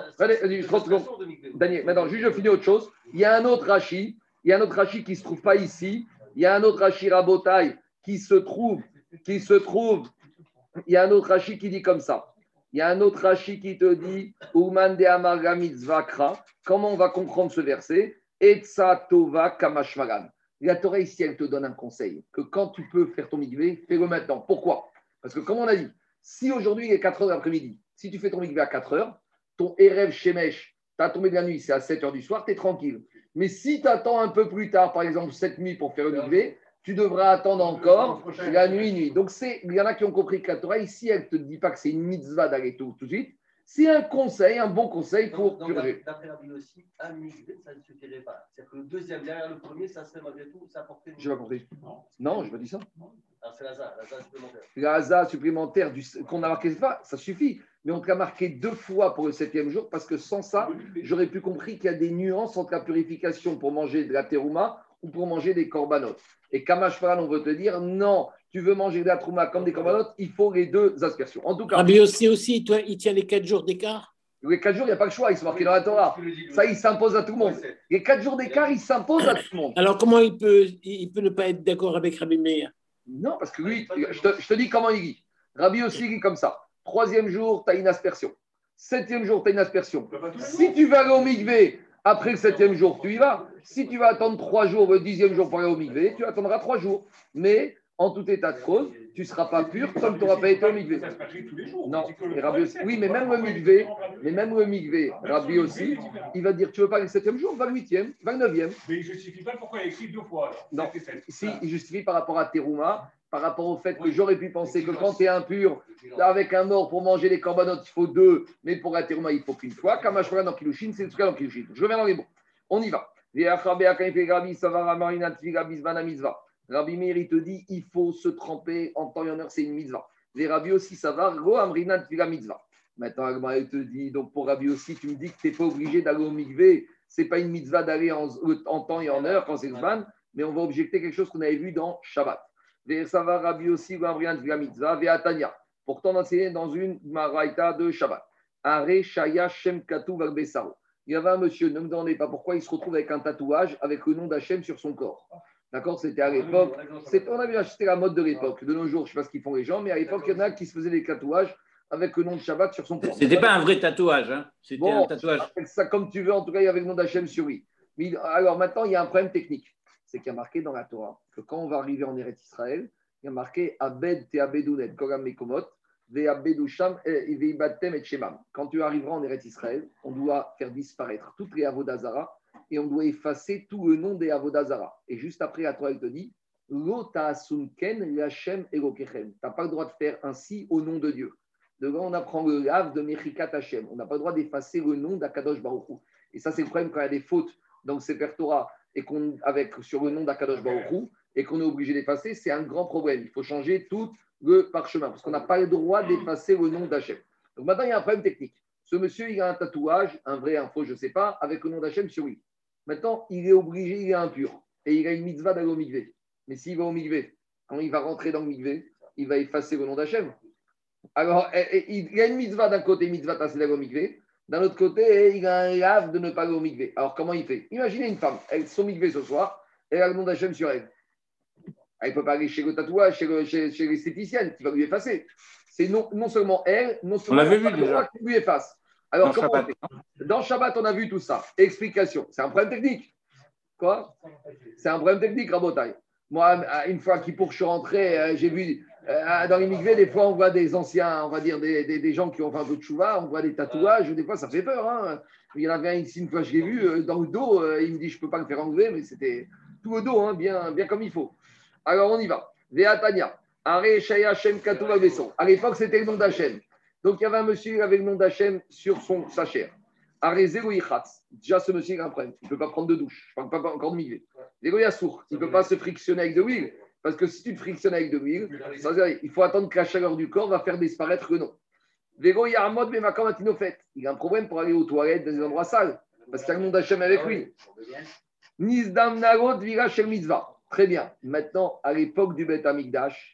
Daniel, maintenant, juste je finis autre chose. Il y a un autre Rashi, qui ne se trouve pas ici. Il y a un autre Rashi Rabotai qui se trouve. Il y a un autre Rashi qui dit comme ça. Il y a un autre Rashi qui te dit Uman de Amarga Mitzvakra. Comment on va comprendre ce verset? Etza Tova Kamashvaran. La Torah ici, elle te donne un conseil que quand tu peux faire ton mikvé, fais-le maintenant. Pourquoi? Parce que comme on a dit, si aujourd'hui il est 4 heures de l'après-midi, si tu fais ton mikvé à 4 heures, ton Erev Shemesh, ta tombée de la nuit, c'est à 7 heures du soir, tu es tranquille. Mais si tu attends un peu plus tard, par exemple cette nuit pour faire le mikvé, tu devras attendre encore la nuit. Donc il y en a qui ont compris que la Torah ici, elle ne te dit pas que c'est une mitzvah d'aller tout de suite. C'est un conseil, un bon conseil pour purger. D'après la Bible aussi, un mikvé, ça ne suffirait pas. C'est-à-dire que le deuxième derrière le premier, ça serait malgré tout, ça apporterait. Je n'ai pas compris. Non, je n'ai pas dit ça. Alors c'est l'Aza supplémentaire. L'Aza supplémentaire qu'on a marqué, ça suffit. Mais on te l'a marqué 2 fois pour le 7e jour parce que sans ça, j'aurais pu compris qu'il y a des nuances entre la purification pour manger de la terouma ou pour manger des corbanotes. Et Kamash Faran, on veut te dire non. Tu veux manger de la trouma comme des corbanotes, il faut les 2 aspersions. En tout cas. Rabbi aussi, toi, il tient les 4 jours d'écart. Les 4 jours, il n'y a pas le choix, ils sont marqués dans la Torah. Ça, il s'impose à tout le monde. Les 4 jours d'écart, il s'impose à tout le monde. Alors, comment il peut ne pas être d'accord avec Rabbi Meir? Non, parce que lui, je te dis comment il dit. Rabbi aussi, il dit comme ça. 3e jour, tu as une aspersion. 7e jour, tu as une aspersion. Si tu vas aller au mikvé après le 7e jour, tu y vas. Si tu vas attendre 3 jours, le 10e jour pour aller au mikvé, tu attendras 3 jours. Mais en tout état de cause, tu ne seras pas pur comme tu n'auras pas été au mikvé. Non, et Rabbi aussi. Oui, mais même le mikvé, Rabbi aussi, il va dire tu ne veux pas le 7e jour, va le 8e, va le 9e. Mais il ne justifie pas pourquoi il a écrit 2 fois. Alors. Non, si, il justifie par rapport à Terouma, par rapport au fait que j'aurais pu penser que quand tu es impur, avec un mort pour manger les corbanotes, il faut 2, mais pour la Terouma, il ne faut qu'une fois. Kamashvara dans Kilushin, c'est le cas dans Kilushin. Je reviens dans les mots. On y va. Rabbi Meir, il te dit, il faut se tremper en temps et en heure, c'est une mitzvah. Les Rabbi aussi, ça va, go amrinat tfila mitzvah. Maintenant, il te dit, donc pour Rabbi aussi, tu me dis que tu n'es pas obligé d'aller au mikvé, ce n'est pas une mitzvah d'aller en temps et en heure quand c'est zman, mais on va objecter quelque chose qu'on avait vu dans Shabbat. Ça va, Rabbi aussi, go amrinat tfila mitzvah, ve'atanya. Pourtant, d'enseigner dans une maraïta de Shabbat. Are shaya shem katu valbesaro. Il y avait un monsieur, ne me demandez pas pourquoi, il se retrouve avec un tatouage avec le nom d'Hachem sur son corps. D'accord, c'était à l'époque. On a vu acheter la mode de l'époque. De nos jours, je ne sais pas ce qu'ils font les gens, mais à l'époque, il y en a qui se faisaient des tatouages avec le nom de Shabbat sur son corps. C'était pas un vrai tatouage, hein. C'était un tatouage. Ça comme tu veux, en tout cas, il y avait le nom d'Hachem sur lui. Mais alors maintenant, il y a un problème technique. C'est qu'il y a marqué dans la Torah que quand on va arriver en Eretz Israël, il y a marqué Abed te abedounet, Koram Mekomot, ve abedusham veibatem et shemam. Quand tu arriveras en Eretz Israël, on doit faire disparaître toutes les avodazara et on doit effacer tout le nom des avodazara. Et juste après, la Torah te dit Lo ta'asunken lachem elokechem. Tu n'as pas le droit de faire ainsi au nom de Dieu. Devant, on apprend le lave de Mechikat Hashem. On n'a pas le droit d'effacer le nom d'Akadosh Baruch Hu. Et ça, c'est le problème quand il y a des fautes dans le Sefer Torah et sur le nom d'Akadosh Baruch Hu et qu'on est obligé d'effacer, c'est un grand problème. Il faut changer tout le parchemin parce qu'on n'a pas le droit d'effacer le nom d'Hachem. Donc maintenant, il y a un problème technique. Ce monsieur, il a un tatouage, un vrai, un faux, je ne sais pas, avec le nom d'Hachem sur lui. Maintenant, il est obligé, il est impur et il a une mitzvah d'aller au mikvé. Mais s'il va au mikvé, quand il va rentrer dans le mikvé, il va effacer le nom d'Hachem. Alors, il y a une mitzvah d'un côté, mitzvah tassédag au mikvé. D'un autre côté, il a un lave de ne pas aller au mikvé. Alors, comment il fait? Imaginez une femme, son mikvé ce soir, et elle a le nom d'Hachem sur elle. Elle ne peut pas aller chez le tatouage, chez l'esthéticienne qui va lui effacer. C'est non seulement elle, non seulement On l'avait vu elle déjà. qui lui efface. Alors, Dans comment Shabbat. on fait? Dans Shabbat, on a vu tout ça. Explication. C'est un problème technique. Quoi? C'est un problème technique, Rabotai. Moi, une fois qu'il pour je suis rentré, j'ai vu dans les migrés, des fois, on voit des anciens, on va dire des gens qui ont fait un peu de chouva, on voit des tatouages, des fois, ça fait peur. Hein. Il y en avait un ici, une fois, je l'ai vu, dans le dos, il me dit, je ne peux pas le faire enlever, mais c'était tout le dos, hein, bien comme il faut. Alors, on y va. Veatania. Are Shaya Shem Katouva Besson. À l'époque, c'était le nom d'Hachem. Donc, il y avait un monsieur, il avait le nom d'Hachem sur sa chair. Arezego Ichatz. Déjà, ce monsieur, il a un problème. Il ne peut pas prendre de douche. Je ne parle pas encore de migré. Zego Yassour. Il ne peut pas se frictionner avec de l'huile. Parce que si tu te frictionnes avec de l'huile, il faut attendre que la chaleur du corps va faire disparaître le nom. Vego Yarmod Bemakam Atinofet. Il a un problème pour aller aux toilettes dans des endroits sales. Parce qu'il y a le nom d'Hachem avec lui. Nizdam Narod Vira Shel Mitzvah. Très bien. Maintenant, à l'époque du Beth Amikdash,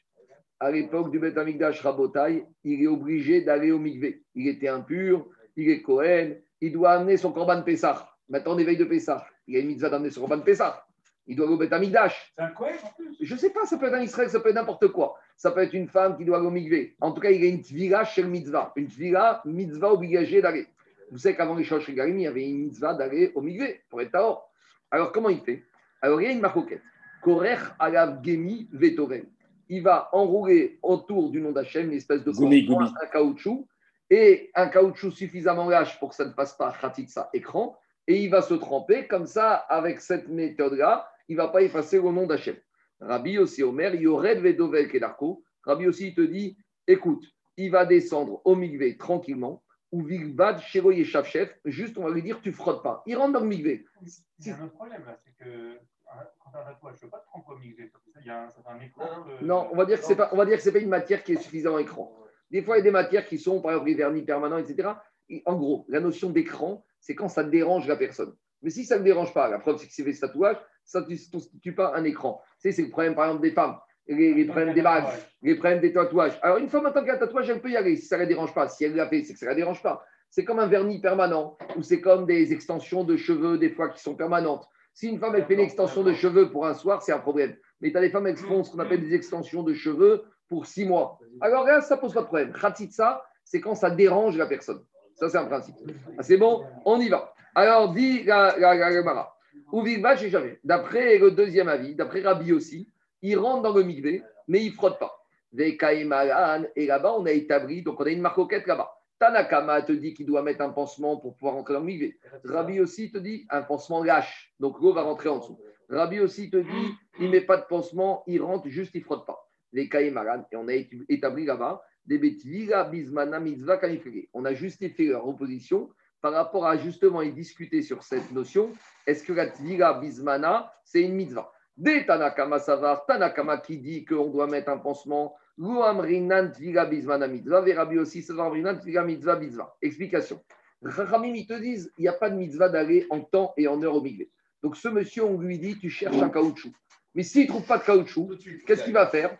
Rabotai, il est obligé d'aller au mikvé. Il était impur, il est Kohen, il doit amener son korban Pessah. Maintenant, on éveille de Pessah. Il y a une mitzvah d'amener son korban Pessah. Il doit aller au Beth Amikdash. C'est un Kohen en plus. Je ne sais pas, ça peut être un Israël, ça peut être n'importe quoi. Ça peut être une femme qui doit aller au mikvé. En tout cas, il y a une tvila chez le mitzvah. Une tvila, mitzvah obligée d'aller. Vous savez qu'avant les Shosh Regalim, il y avait une mitzvah d'aller au mikvé pour être tahor. Alors, comment il fait? Alors, il y a une marcoquette. Korech alav gemi vetoven. Il va enrouler autour du nom d'Hachem une espèce de un caoutchouc et un caoutchouc suffisamment lâche pour que ça ne fasse pas khatitsa écran et il va se tremper comme ça avec cette méthode-là, il ne va pas effacer le nom d'Hachem. Rabbi aussi Omer, Yored vedovel kedarko. Rabbi aussi te dit, écoute, il va descendre au mikvé tranquillement ou vilvad shelo yeshav chef, juste on va lui dire tu frottes pas. Il rentre dans le mikvé. Il y a un autre problème là, c'est que quand tu as un tatouage, je ne peux pas te tromper au mikvé. Il y a un écran. Non, on va dire que c'est pas une matière qui est suffisamment écran. Des fois, il y a des matières qui sont, par exemple, les vernis permanents, etc. Et en gros, la notion d'écran, c'est quand ça dérange la personne. Mais si ça ne dérange pas, la preuve, c'est que c'est ce tatouage, ça ne constitue pas un écran. C'est le problème, par exemple, des femmes, les problèmes des bagues, les problèmes des tatouages. Alors, une fois maintenant qu'il y a un tatouage, elle peut y aller. Si ça ne la dérange pas, si elle l'a fait, c'est que ça ne la dérange pas. C'est comme un vernis permanent, ou c'est comme des extensions de cheveux, des fois, qui sont permanentes. Si une femme, elle fait une extension de cheveux pour un soir, c'est un problème. Mais tu as des femmes, elles font ce qu'on appelle des extensions de cheveux pour 6 mois. Alors là, ça ne pose pas de problème. Khatitsa, c'est quand ça dérange la personne. Ça, c'est un principe. Ah, c'est bon, on y va. Alors, dit la Gemara. Ouvilba, j'ai jamais. D'après le deuxième avis, d'après Rabbi aussi, il rentre dans le mikvé, mais il ne frotte pas. Et là-bas, on a établi, donc on a une marcoquette là-bas. Tanakama te dit qu'il doit mettre un pansement pour pouvoir rentrer dans le mikvé. Rabbi aussi te dit un pansement lâche, donc l'eau va rentrer en dessous. Rabbi aussi te dit il ne met pas de pansement, il rentre juste, il ne frotte pas. Les Kaimaran, et on a établi là-bas des betvila bismana mitzvah kanifrege. On a justifié leur opposition par rapport à justement et discuter sur cette notion. Est-ce que la tvila bismana, c'est une mitzvah? Des Tanakama Savar, Tanakama qui dit qu'on doit mettre un pansement. Amrinan tvila bismana mitzvah, Rabbi aussi Savar amrinan tvila mitzvah mitzvah. Explication. Rachamim, ils te disent il n'y a pas de mitzvah d'aller en temps et en heure au mikvé. Donc ce monsieur, on lui dit tu cherches un caoutchouc. Mais s'il ne trouve pas de caoutchouc, qu'est-ce qu'il va faire?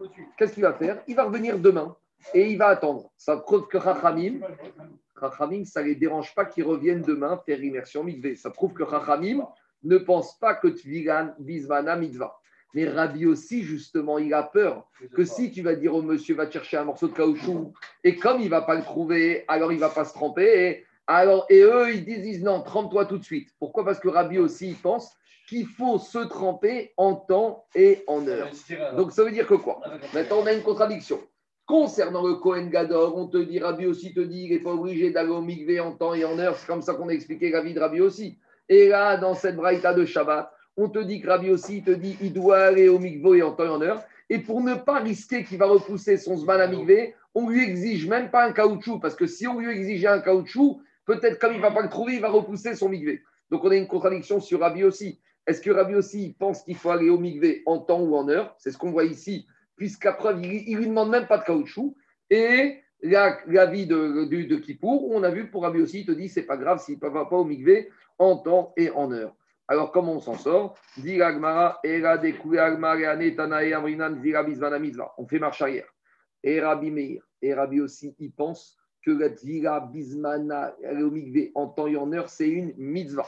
Il va revenir demain et il va attendre. Ça prouve que Rachamim, ça ne les dérange pas qu'ils reviennent demain faire immersion mikvé. Ça prouve que Rachamim ne pense pas que Tvilan, Bismana, Mitzvah. Mais Rabbi aussi, justement, il a peur que si tu vas dire au monsieur, va chercher un morceau de caoutchouc, et comme il ne va pas le trouver, alors il ne va pas se tremper. Et eux, ils disent non, trempe-toi tout de suite. Pourquoi? Parce que Rabbi aussi, il pense qu'il faut se tremper en temps et en heure. Donc ça veut dire que quoi? Maintenant, on a une contradiction. Concernant le Kohen Gadol, on te dit, Rabbi aussi te dit, il n'est pas obligé d'aller au mikvé en temps et en heure. C'est comme ça qu'on a expliqué la vie de Rabbi aussi. Et là, dans cette braïta de Shabbat, on te dit que Rabbi aussi te dit, il doit aller au mikvé en temps et en heure. Et pour ne pas risquer qu'il va repousser son zman à mikvé, on lui exige même pas un caoutchouc. Parce que si on lui exigeait un caoutchouc, peut-être comme il ne va pas le trouver, il va repousser son mikvé. Donc on a une contradiction sur Rabbi aussi. Est-ce que Rabbi aussi pense qu'il faut aller au mikvé en temps ou en heure? C'est ce qu'on voit ici, puisqu'à preuve, il ne lui demande même pas de caoutchouc. Et la vie de Kippour, on a vu pour Rabbi aussi, il te dit c'est pas grave s'il ne va pas au mikvé en temps et en heure. Alors, comment on s'en sort? Dit l'Agmara, Era de Koué Agmara, Ane, Tanae, Amrinan, Zira, Bizvana, Mizva. On fait marche arrière. Et Rabbi Meir, et Rabbi aussi, ils pensent que la Zira, Bizmana, le mikvé, en temps et en heure, c'est une mitzvah.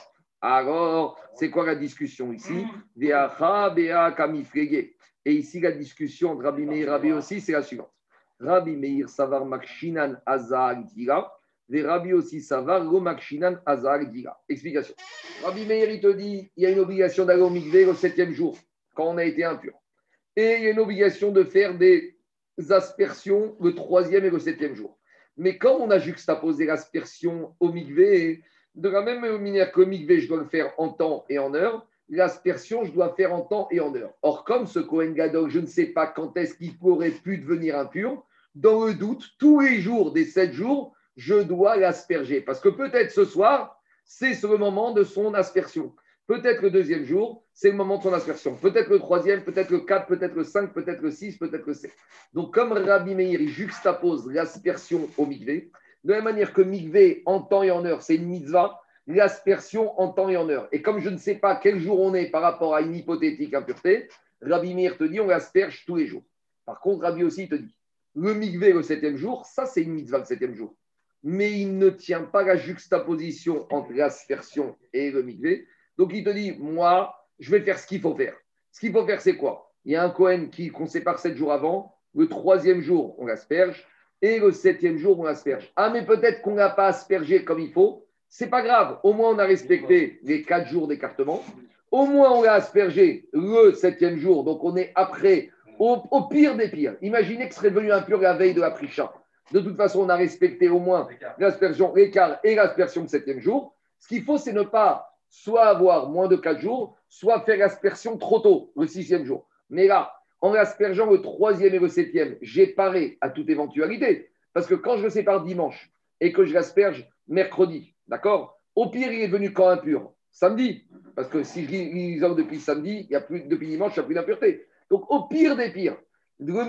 Alors, c'est quoi la discussion ici? Veacha, Bea, Kamifrege. Et ici, la discussion entre Rabbi Meir et Rabbi aussi, c'est la suivante. Rabbi Meir, Savar, Makshinan, Azar, Zira. Des Rabbi aussi Savar, Romakshinan, Azar, Dira. Explication. Rabbi Meir, il te dit il y a une obligation d'aller au mikvé le 7e jour, quand on a été impur. Et il y a une obligation de faire des aspersions le 3e et le 7e jour. Mais quand on a juxtaposé l'aspersion au mikvé, de la même manière que le mikvé, je dois le faire en temps et en heure, l'aspersion, je dois faire en temps et en heure. Or, comme ce Kohen Gadol, je ne sais pas quand est-ce qu'il aurait pu devenir impur, dans le doute, tous les jours des 7 jours, je dois l'asperger. Parce que peut-être ce soir, c'est le moment de son aspersion. Peut-être le 2e jour, c'est le moment de son aspersion. Peut-être le 3e, peut-être le 4, peut-être le 5, peut-être le 6, peut-être le 7. Donc, comme Rabbi Meir, il juxtapose l'aspersion au mikvé, de la même manière que mikvé, en temps et en heure, c'est une mitzvah, l'aspersion en temps et en heure. Et comme je ne sais pas quel jour on est par rapport à une hypothétique impureté, Rabbi Meir te dit on l'asperge tous les jours. Par contre, Rabbi aussi te dit le mikvé le 7e jour, ça c'est une mitzvah le 7e jour. Mais il ne tient pas la juxtaposition entre l'aspersion et le mikvé. Donc il te dit, moi, je vais faire ce qu'il faut faire. Ce qu'il faut faire, c'est quoi? Il y a un Kohen qu'on sépare 7 jours avant, le 3e jour, on l'asperge, et le 7e jour, on l'asperge. Ah, mais peut-être qu'on n'a pas aspergé comme il faut. C'est pas grave. Au moins, on a respecté les 4 jours d'écartement. Au moins, on l'a aspergé le 7e jour. Donc, on est après, au pire des pires. Imaginez que serait venu impur la veille de la Prisha. De toute façon, on a respecté au moins l'aspersion, l'écart et l'aspersion le 7e jour. Ce qu'il faut, c'est ne pas soit avoir moins de 4 jours, soit faire l'aspersion trop tôt, le 6e jour. Mais là, en l'aspergeant le 3e et le 7e, j'ai paré à toute éventualité. Parce que quand je le sépare dimanche et que je l'asperge mercredi, d'accord? Au pire, il est venu quand impur? Samedi. Parce que si je l'isole depuis samedi, depuis dimanche, il n'y a plus d'impureté. Donc, au pire des pires, le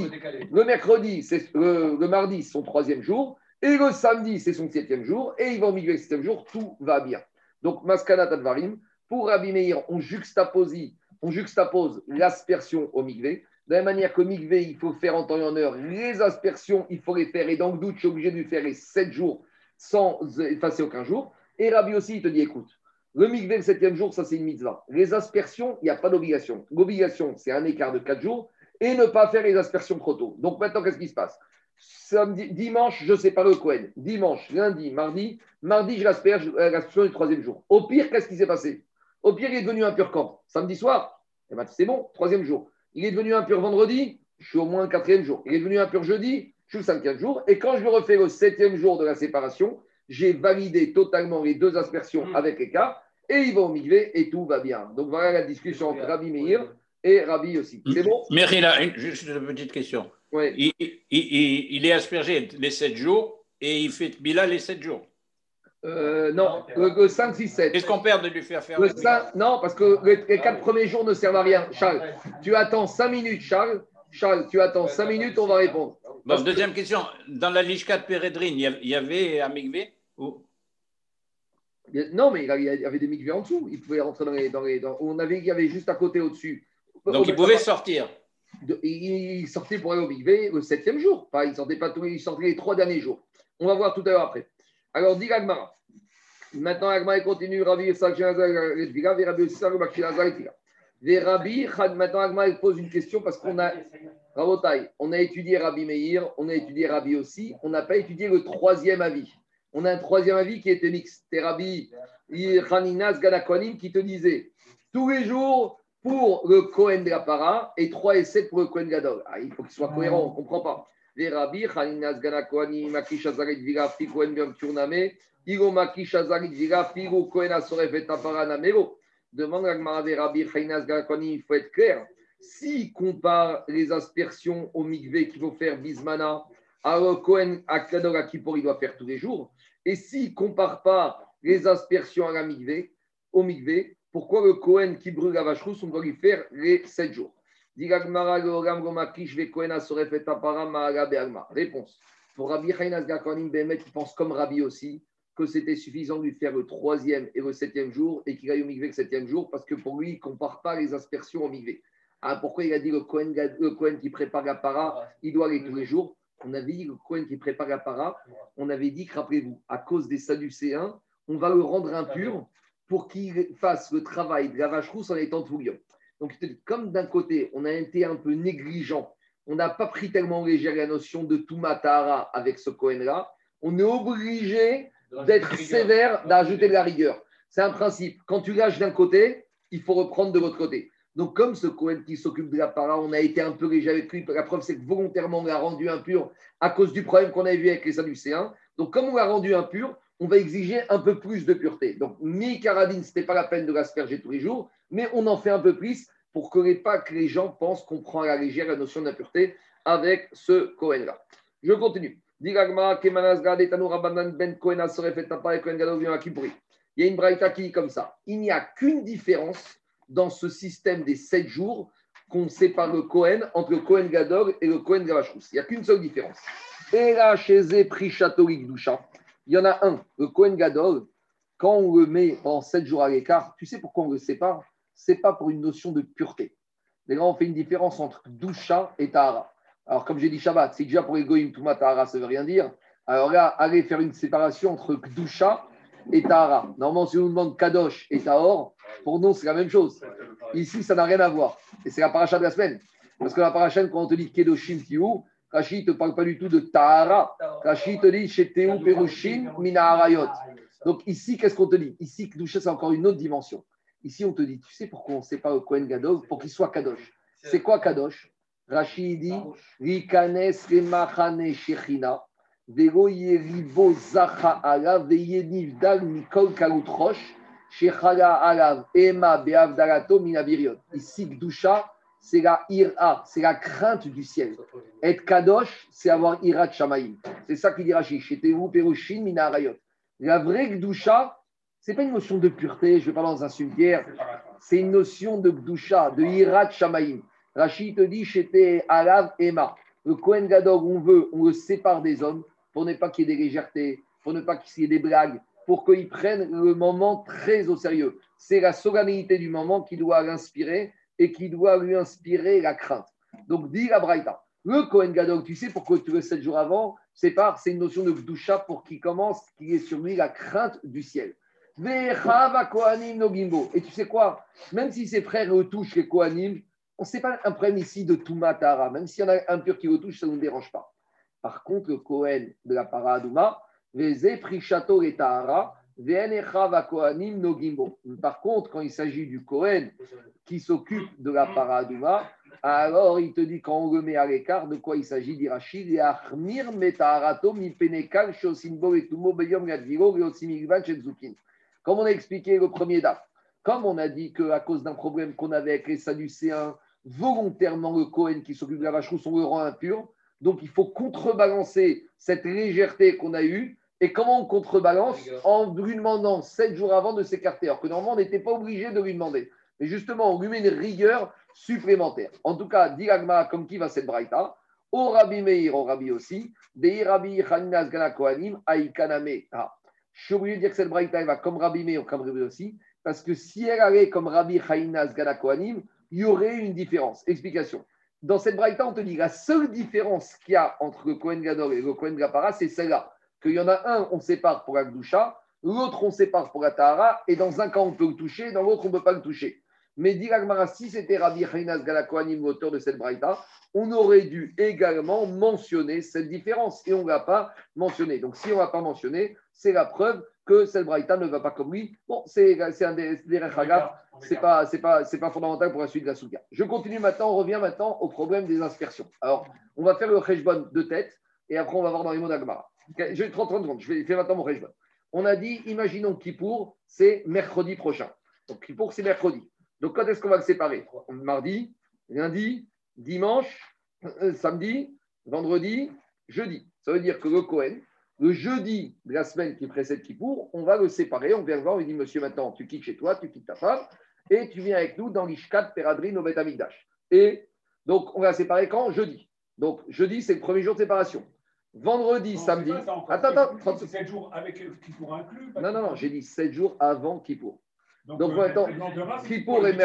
mercredi, c'est le mardi, c'est son 3e jour, et le samedi, c'est son 7e jour, et il va au milieu du 7e jour, tout va bien. Donc, Maskana Tadvarim, pour Rabbi Meir, on juxtapose l'aspersion au mikvé. De la même manière qu'au mikvé, il faut faire en temps et en heure, les aspersions, il faut les faire, et dans le doute, je suis obligé de lui faire les 7 jours sans effacer aucun jour. Et Rabbi aussi, il te dit, écoute, le mikvé, le 7e jour, ça c'est une mitzvah. Les aspersions, il n'y a pas d'obligation. L'obligation, c'est un écart de 4 jours, et ne pas faire les aspersions trop tôt. Donc maintenant, qu'est-ce qui se passe? Samedi, dimanche, je sépare le Kohen. Dimanche, lundi, mardi, je l'asperge l'aspersion du 3e jour. Au pire, qu'est-ce qui s'est passé? Au pire, il est devenu impur quand? Samedi soir? Eh ben, c'est bon, 3e jour. Il est devenu impur vendredi? Je suis au moins le 4e jour. Il est devenu impur jeudi? Je suis le 5e jour. Et quand je le refais le 7e jour de la séparation, j'ai validé totalement les 2 aspersions avec écart et il va au mikvé et tout va bien. Donc voilà la discussion entre Rabbi Meir et Rabbi aussi. C'est bon? Mais il a juste une petite question. Ouais. Il est aspergé les 7 jours et il fait Bila les 7 jours. Non, le 5, 6, 7. Qu'est-ce qu'on perd de lui faire faire le 5, non, parce que les 4 premiers jours ne servent à rien. Charles, tu attends 5 minutes, Charles, tu attends 5 minutes, on va répondre. Bon, deuxième question. Dans la Lishkat Pérédrine, il y avait un mikvé ou... Non, mais il y avait des mikvés en dessous. Il pouvait rentrer il y avait juste à côté au-dessus. Donc il pouvait sortir. Il sortait pour aller au mikvé le 7e jour. Enfin, il sortait pas tous il sortait les 3 derniers jours. On va voir tout à l'heure après. Alors, dit l'Agmara. Maintenant, l'Agmara continue. Rabbi maintenant, l'Agmara pose une question parce qu'on a. Rabotai, on a étudié Rabbi Meir, on a étudié Rabbi aussi, on n'a pas étudié le 3e avis. On a un 3e avis qui était mixte. C'était Rabbi Haninas Ganakonim qui te disait tous les jours pour le Kohen de la Para et 3 et 7 pour le Kohen Gadol. Ah, il faut qu'il soit cohérent, on ne comprend pas. Les Rabbi Haninas Ganakonim, Makishazarit Vira, Pi Kohen Biam Turname, Igo Makishazarit Vira, Pigo Kohen Asoref et Tapara Namero. Demande à Rabbi Haninas Ganakonim, il faut être clair. S'il compare les aspersions au mikvé qu'il faut faire bismana, à Kohen à Kadol à Kippour, il doit faire tous les jours. Et s'il ne compare pas les aspersions à la mikvé, au mikvé, pourquoi le Kohen qui brûle la vache rousse, on doit lui faire les 7 jours? Réponse. Pour Rabbi Hainas Gakonim Behemet, il pense comme Rabbi aussi. que c'était suffisant de lui faire le 3e et le 7e jour et qu'il aille au mikvé le 7e jour parce que pour lui, il ne compare pas les aspersions au mikvé. Ah, pourquoi il a dit le Kohen qui prépare la para, il doit aller tous les jours? On avait dit le Kohen qui prépare la para, on avait dit que, rappelez-vous, à cause des Sadducéens, on va le rendre impur pour qu'il fasse le travail de la vache rousse en étant touillon. Donc, comme d'un côté, on a été un peu négligent, on n'a pas pris tellement léger la notion de Tumatara avec ce Kohen-là, on est obligé d'être sévère, d'ajouter de la rigueur. C'est un principe. Quand tu lâches d'un côté, il faut reprendre de l'autre côté. Donc, comme ce Kohen qui s'occupe de la para, on a été un peu léger avec lui. La preuve, c'est que volontairement, on l'a rendu impur à cause du problème qu'on avait vu avec les Sadducéens. Donc, comme on l'a rendu impur, on va exiger un peu plus de pureté. Donc, mi karadine, ce n'était pas la peine de l'asperger tous les jours, mais on en fait un peu plus pour que les gens pensent qu'on prend à la légère la notion d'impureté avec ce Kohen-là. Je continue. Il y a une braïta qui dit comme ça. Il n'y a qu'une différence dans ce système des 7 jours qu'on sépare le Kohen entre le Kohen Gadol et le Kohen Gavachrous. Il n'y a qu'une seule différence. Et là, chez Zé Prichatorik Doucha, il y en a un, le Kohen Gadol, quand on le met pendant 7 jours à l'écart, tu sais pourquoi on le sépare? Ce n'est pas pour une notion de pureté. Là, on fait une différence entre Doucha et Tahara. Alors, comme j'ai dit Shabbat, c'est déjà pour les Goïm, Touma, Tahara, ça ne veut rien dire. Alors là, allez faire une séparation entre Doucha et Tahara. Normalement, si on nous demande Kadosh et Tahor, pour nous, c'est la même chose. Ici, ça n'a rien à voir. Et c'est la paracha de la semaine. Parce que la paracha, quand on te dit Kedoshim Tiou, Rashi ne te parle pas du tout de Tahara. Rashi te dit Sheteou Perushim Mina Harayot. Donc ici, qu'est-ce qu'on te dit? Ici, Kedusha, c'est encore une autre dimension. Ici, on te dit, tu sais pourquoi on ne sait pas le Kohen Gadol? Pour qu'il soit Kadosh. C'est quoi Kadosh? Rashi dit Rikanes Remachane Shechina. Vego Yeribo Zacha Alav Veyedivdal Mikol Kalutrosh Shechala Alav Ema Beavdalato Minabiriot. Ici, Kedusha, c'est la ira, c'est la crainte du ciel. Être Kadosh, c'est avoir ira de Shamaïm. C'est ça qu'il dit Rashi. Shetehu Perushin Mina Harayot. La vraie Gdusha, ce n'est pas une notion de pureté, je ne vais pas dans un cimetière, c'est une notion de Gdusha, de Hirat Shamaïm. Rachid te dit, Chété Alav Ema. Le Kohen Gadol, on le sépare des hommes pour ne pas qu'il y ait des légèretés, pour ne pas qu'il y ait des blagues, pour qu'ils prennent le moment très au sérieux. C'est la solennité du moment qui doit l'inspirer et qui doit lui inspirer la crainte. Donc, dit la Braïta. Le Kohen Gadol, tu sais pourquoi tu veux 7 jours avant, c'est une notion de Gdusha pour qu'il commence, qu'il ait sur lui la crainte du ciel. Et tu sais quoi? Même si ses frères retouchent les Kohanim, on ne sait pas un problème ici de Tumatara. Même s'il y en a un pur qui retouche, ça ne nous dérange pas. Par contre, le Kohen de la Paradouma, Prishato et Tahara, par contre, quand il s'agit du Kohen qui s'occupe de la Paradouma, alors il te dit, quand on le met à l'écart, de quoi il s'agit, dit Rachid, comme on a expliqué le premier date, comme on a dit qu'à cause d'un problème qu'on avait avec les Sadducéens, volontairement le Kohen qui s'occupe de la vache rousse, on le rend impur, donc il faut contrebalancer cette légèreté qu'on a eue. Et comment on contrebalance? En lui demandant 7 jours avant de s'écarter, alors que normalement on n'était pas obligé de lui demander. Mais justement, on lui met une rigueur supplémentaire. En tout cas, dit Agma, comme qui va cette braïta? Au Rabbi Meir, au Rabbi aussi, Dei Rabbi Chaninas Gana Kohanim, Aikaname. Je suis obligé de dire que cette braïta va comme Rabbi Meir, comme Rabbi aussi, parce que si elle allait comme Rabbi Chaninas Gana Kohanim, il y aurait une différence. Explication. Dans cette braïta, on te dit la seule différence qu'il y a entre le Kohen Gadol et le Kohen Gapara, c'est celle-là. Qu'il y en a un, on sépare pour la Gdusha, l'autre, on sépare pour la Tahara, et dans un cas, on peut le toucher, dans l'autre, on ne peut pas le toucher. Mais dit l'Agmara, si c'était Rabbi Chaninas Gana Kohanim, l'auteur de cette braïta, on aurait dû également mentionner cette différence, et on ne l'a pas mentionné. Donc, si on ne l'a pas mentionné, c'est la preuve que cette braïta ne va pas comme lui. Bon, c'est un des rechagas, c'est pas fondamental pour la suite de la souga. Je continue maintenant, on revient maintenant au problème des aspersions. Alors, on va faire le cheshbon de tête, et après, on va voir dans les mots d'Agmara. J'ai 30 secondes, je vais faire maintenant mon cheshbon. On a dit, imaginons Kippour, c'est mercredi prochain. Donc, Kippour, c'est mercredi. Donc, quand est-ce qu'on va le séparer? Mardi, lundi, dimanche, samedi, vendredi, jeudi. Ça veut dire que le Kohen, le jeudi de la semaine qui précède Kippour, on va le séparer. On vient le voir, on lui dit, monsieur, maintenant, tu quittes chez toi, tu quittes ta femme, et tu viens avec nous dans l'Ishkat Peradrin au Bet Amikdash. Et donc, on va séparer quand? Jeudi. Donc, jeudi, c'est le premier jour de séparation. vendredi, Non, samedi. c'est pas ça encore. Attends, C'est 7 jours avec Kippour inclus. pas Non, j'ai dit 7 jours avant Kippour. Donc, attends, Kippour et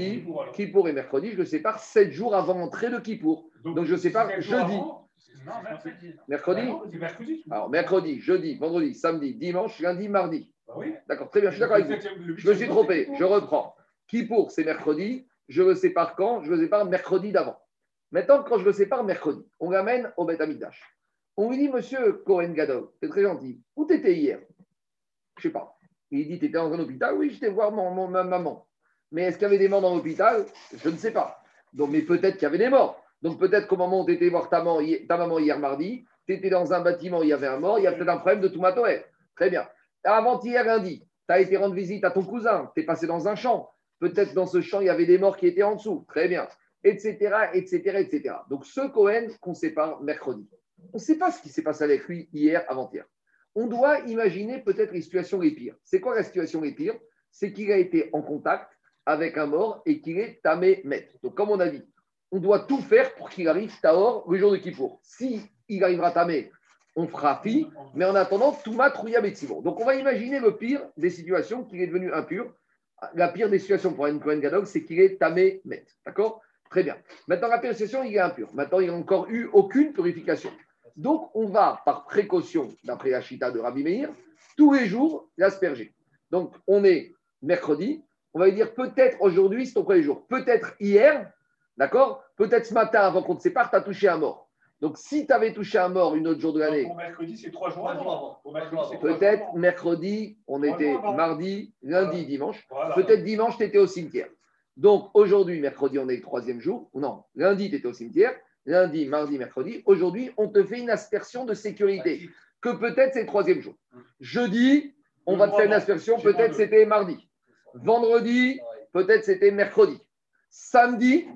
mercredi, je le sépare 7 jours avant l'entrée de Kippour. Donc je sépare jeudi. Non, mercredi. Mercredi. C'est mercredi. Alors, mercredi, jeudi, vendredi, samedi, dimanche, lundi, mardi. Bah oui. D'accord, très bien, je suis d'accord avec vous. Je me suis trompé, je reprends. Kippour, c'est mercredi. Je le sépare quand? Je le sépare mercredi d'avant. Maintenant, quand je le sépare mercredi, on l'amène au Beth Amikdash. On lui dit, monsieur Cohen Gadol, c'est très gentil. Où t'étais hier? Je ne sais pas. Il dit, tu étais dans un hôpital? Oui, j'étais voir ma maman. Mais est-ce qu'il y avait des morts dans l'hôpital? Je ne sais pas. Donc, mais peut-être qu'il y avait des morts. Donc, peut-être qu'au moment où tu étais voir ta maman hier mardi, tu étais dans un bâtiment, il y avait un mort, il y a peut-être un problème de Toumatoé. Très bien. Avant-hier lundi, tu as été rendre visite à ton cousin, tu es passé dans un champ. Peut-être dans ce champ, il y avait des morts qui étaient en dessous. Très bien. Etc., etc., etc. Donc, ce Cohen qu'on sépare mercredi. On ne sait pas ce qui s'est passé avec lui hier, avant-hier. On doit imaginer peut-être les situations les pires. C'est quoi la situation les pires? C'est qu'il a été en contact avec un mort et qu'il est tamé met. Donc, comme on a dit, on doit tout faire pour qu'il arrive Tahor le jour de Kippour. Si il arrivera tamé, on fera fi, mais en attendant, Touma Trouya Betsibour. Donc, on va imaginer le pire des situations qu'il est devenu impur. La pire des situations pour un Kohen Gadol, c'est qu'il est tamé met. D'accord? Très bien. Maintenant, la pire des situations, il est impur. Maintenant, il n'a encore eu aucune purification. Donc, on va, par précaution, d'après la chita de Rabbi Meir, tous les jours l'asperger. Donc, on est mercredi, on va dire peut-être aujourd'hui, c'est ton premier jour. Peut-être hier, d'accord? Peut-être ce matin, avant qu'on te sépare, tu as touché un mort. Donc, si tu avais touché un mort une autre jour de l'année. Pour mercredi, c'est 3 jours avant. Peut-être mercredi, on était mardi, lundi, dimanche. Voilà. Peut-être dimanche, tu étais au cimetière. Donc, aujourd'hui, mercredi, on est le troisième jour. Non, lundi, tu étais au cimetière. Lundi, mardi, mercredi. Aujourd'hui, on te fait une aspersion de sécurité, que peut-être c'est le troisième jour. Jeudi, on va te faire une aspersion, peut-être c'était mardi. Vendredi, peut-être c'était mercredi. Samedi,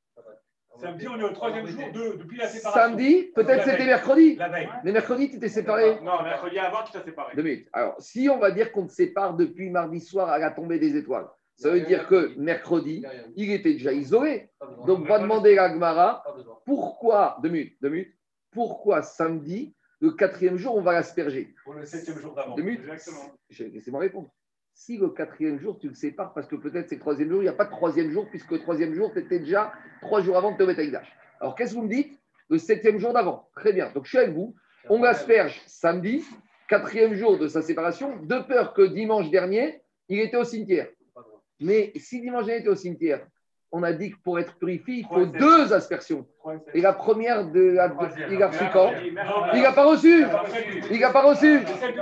on est au troisième jour depuis la séparation. Samedi, peut-être c'était mercredi. La veille. Mais mercredi, tu t'es séparé. Non, mercredi avant, tu t'es séparé. 2 minutes. Alors, si on va dire qu'on te sépare depuis mardi soir à la tombée des étoiles, ça veut dire que mercredi, il était déjà isolé. Donc, va demander à Gmara pourquoi, 2 minutes, pourquoi samedi, le 4e jour, on va l'asperger. Pour le 7e jour d'avant. 2 minutes. Exactement. Laissez-moi répondre. Si le 4e jour, tu le sépares parce que peut-être c'est le 3e jour, il n'y a pas de 3e jour, puisque le 3e jour, tu étais déjà 3 jours avant de te mettre avec Dash. Alors, qu'est-ce que vous me dites? Le 7e jour d'avant. Très bien. Donc, je suis avec vous. On l'asperge samedi, 4e jour de sa séparation, de peur que dimanche dernier, il était au cimetière. Mais si dimanche dernier était au cimetière, on a dit que pour être purifié, il faut 2 aspersions. Et la première, il a reçu quand? Il n'a pas reçu. Il n'a pas reçu.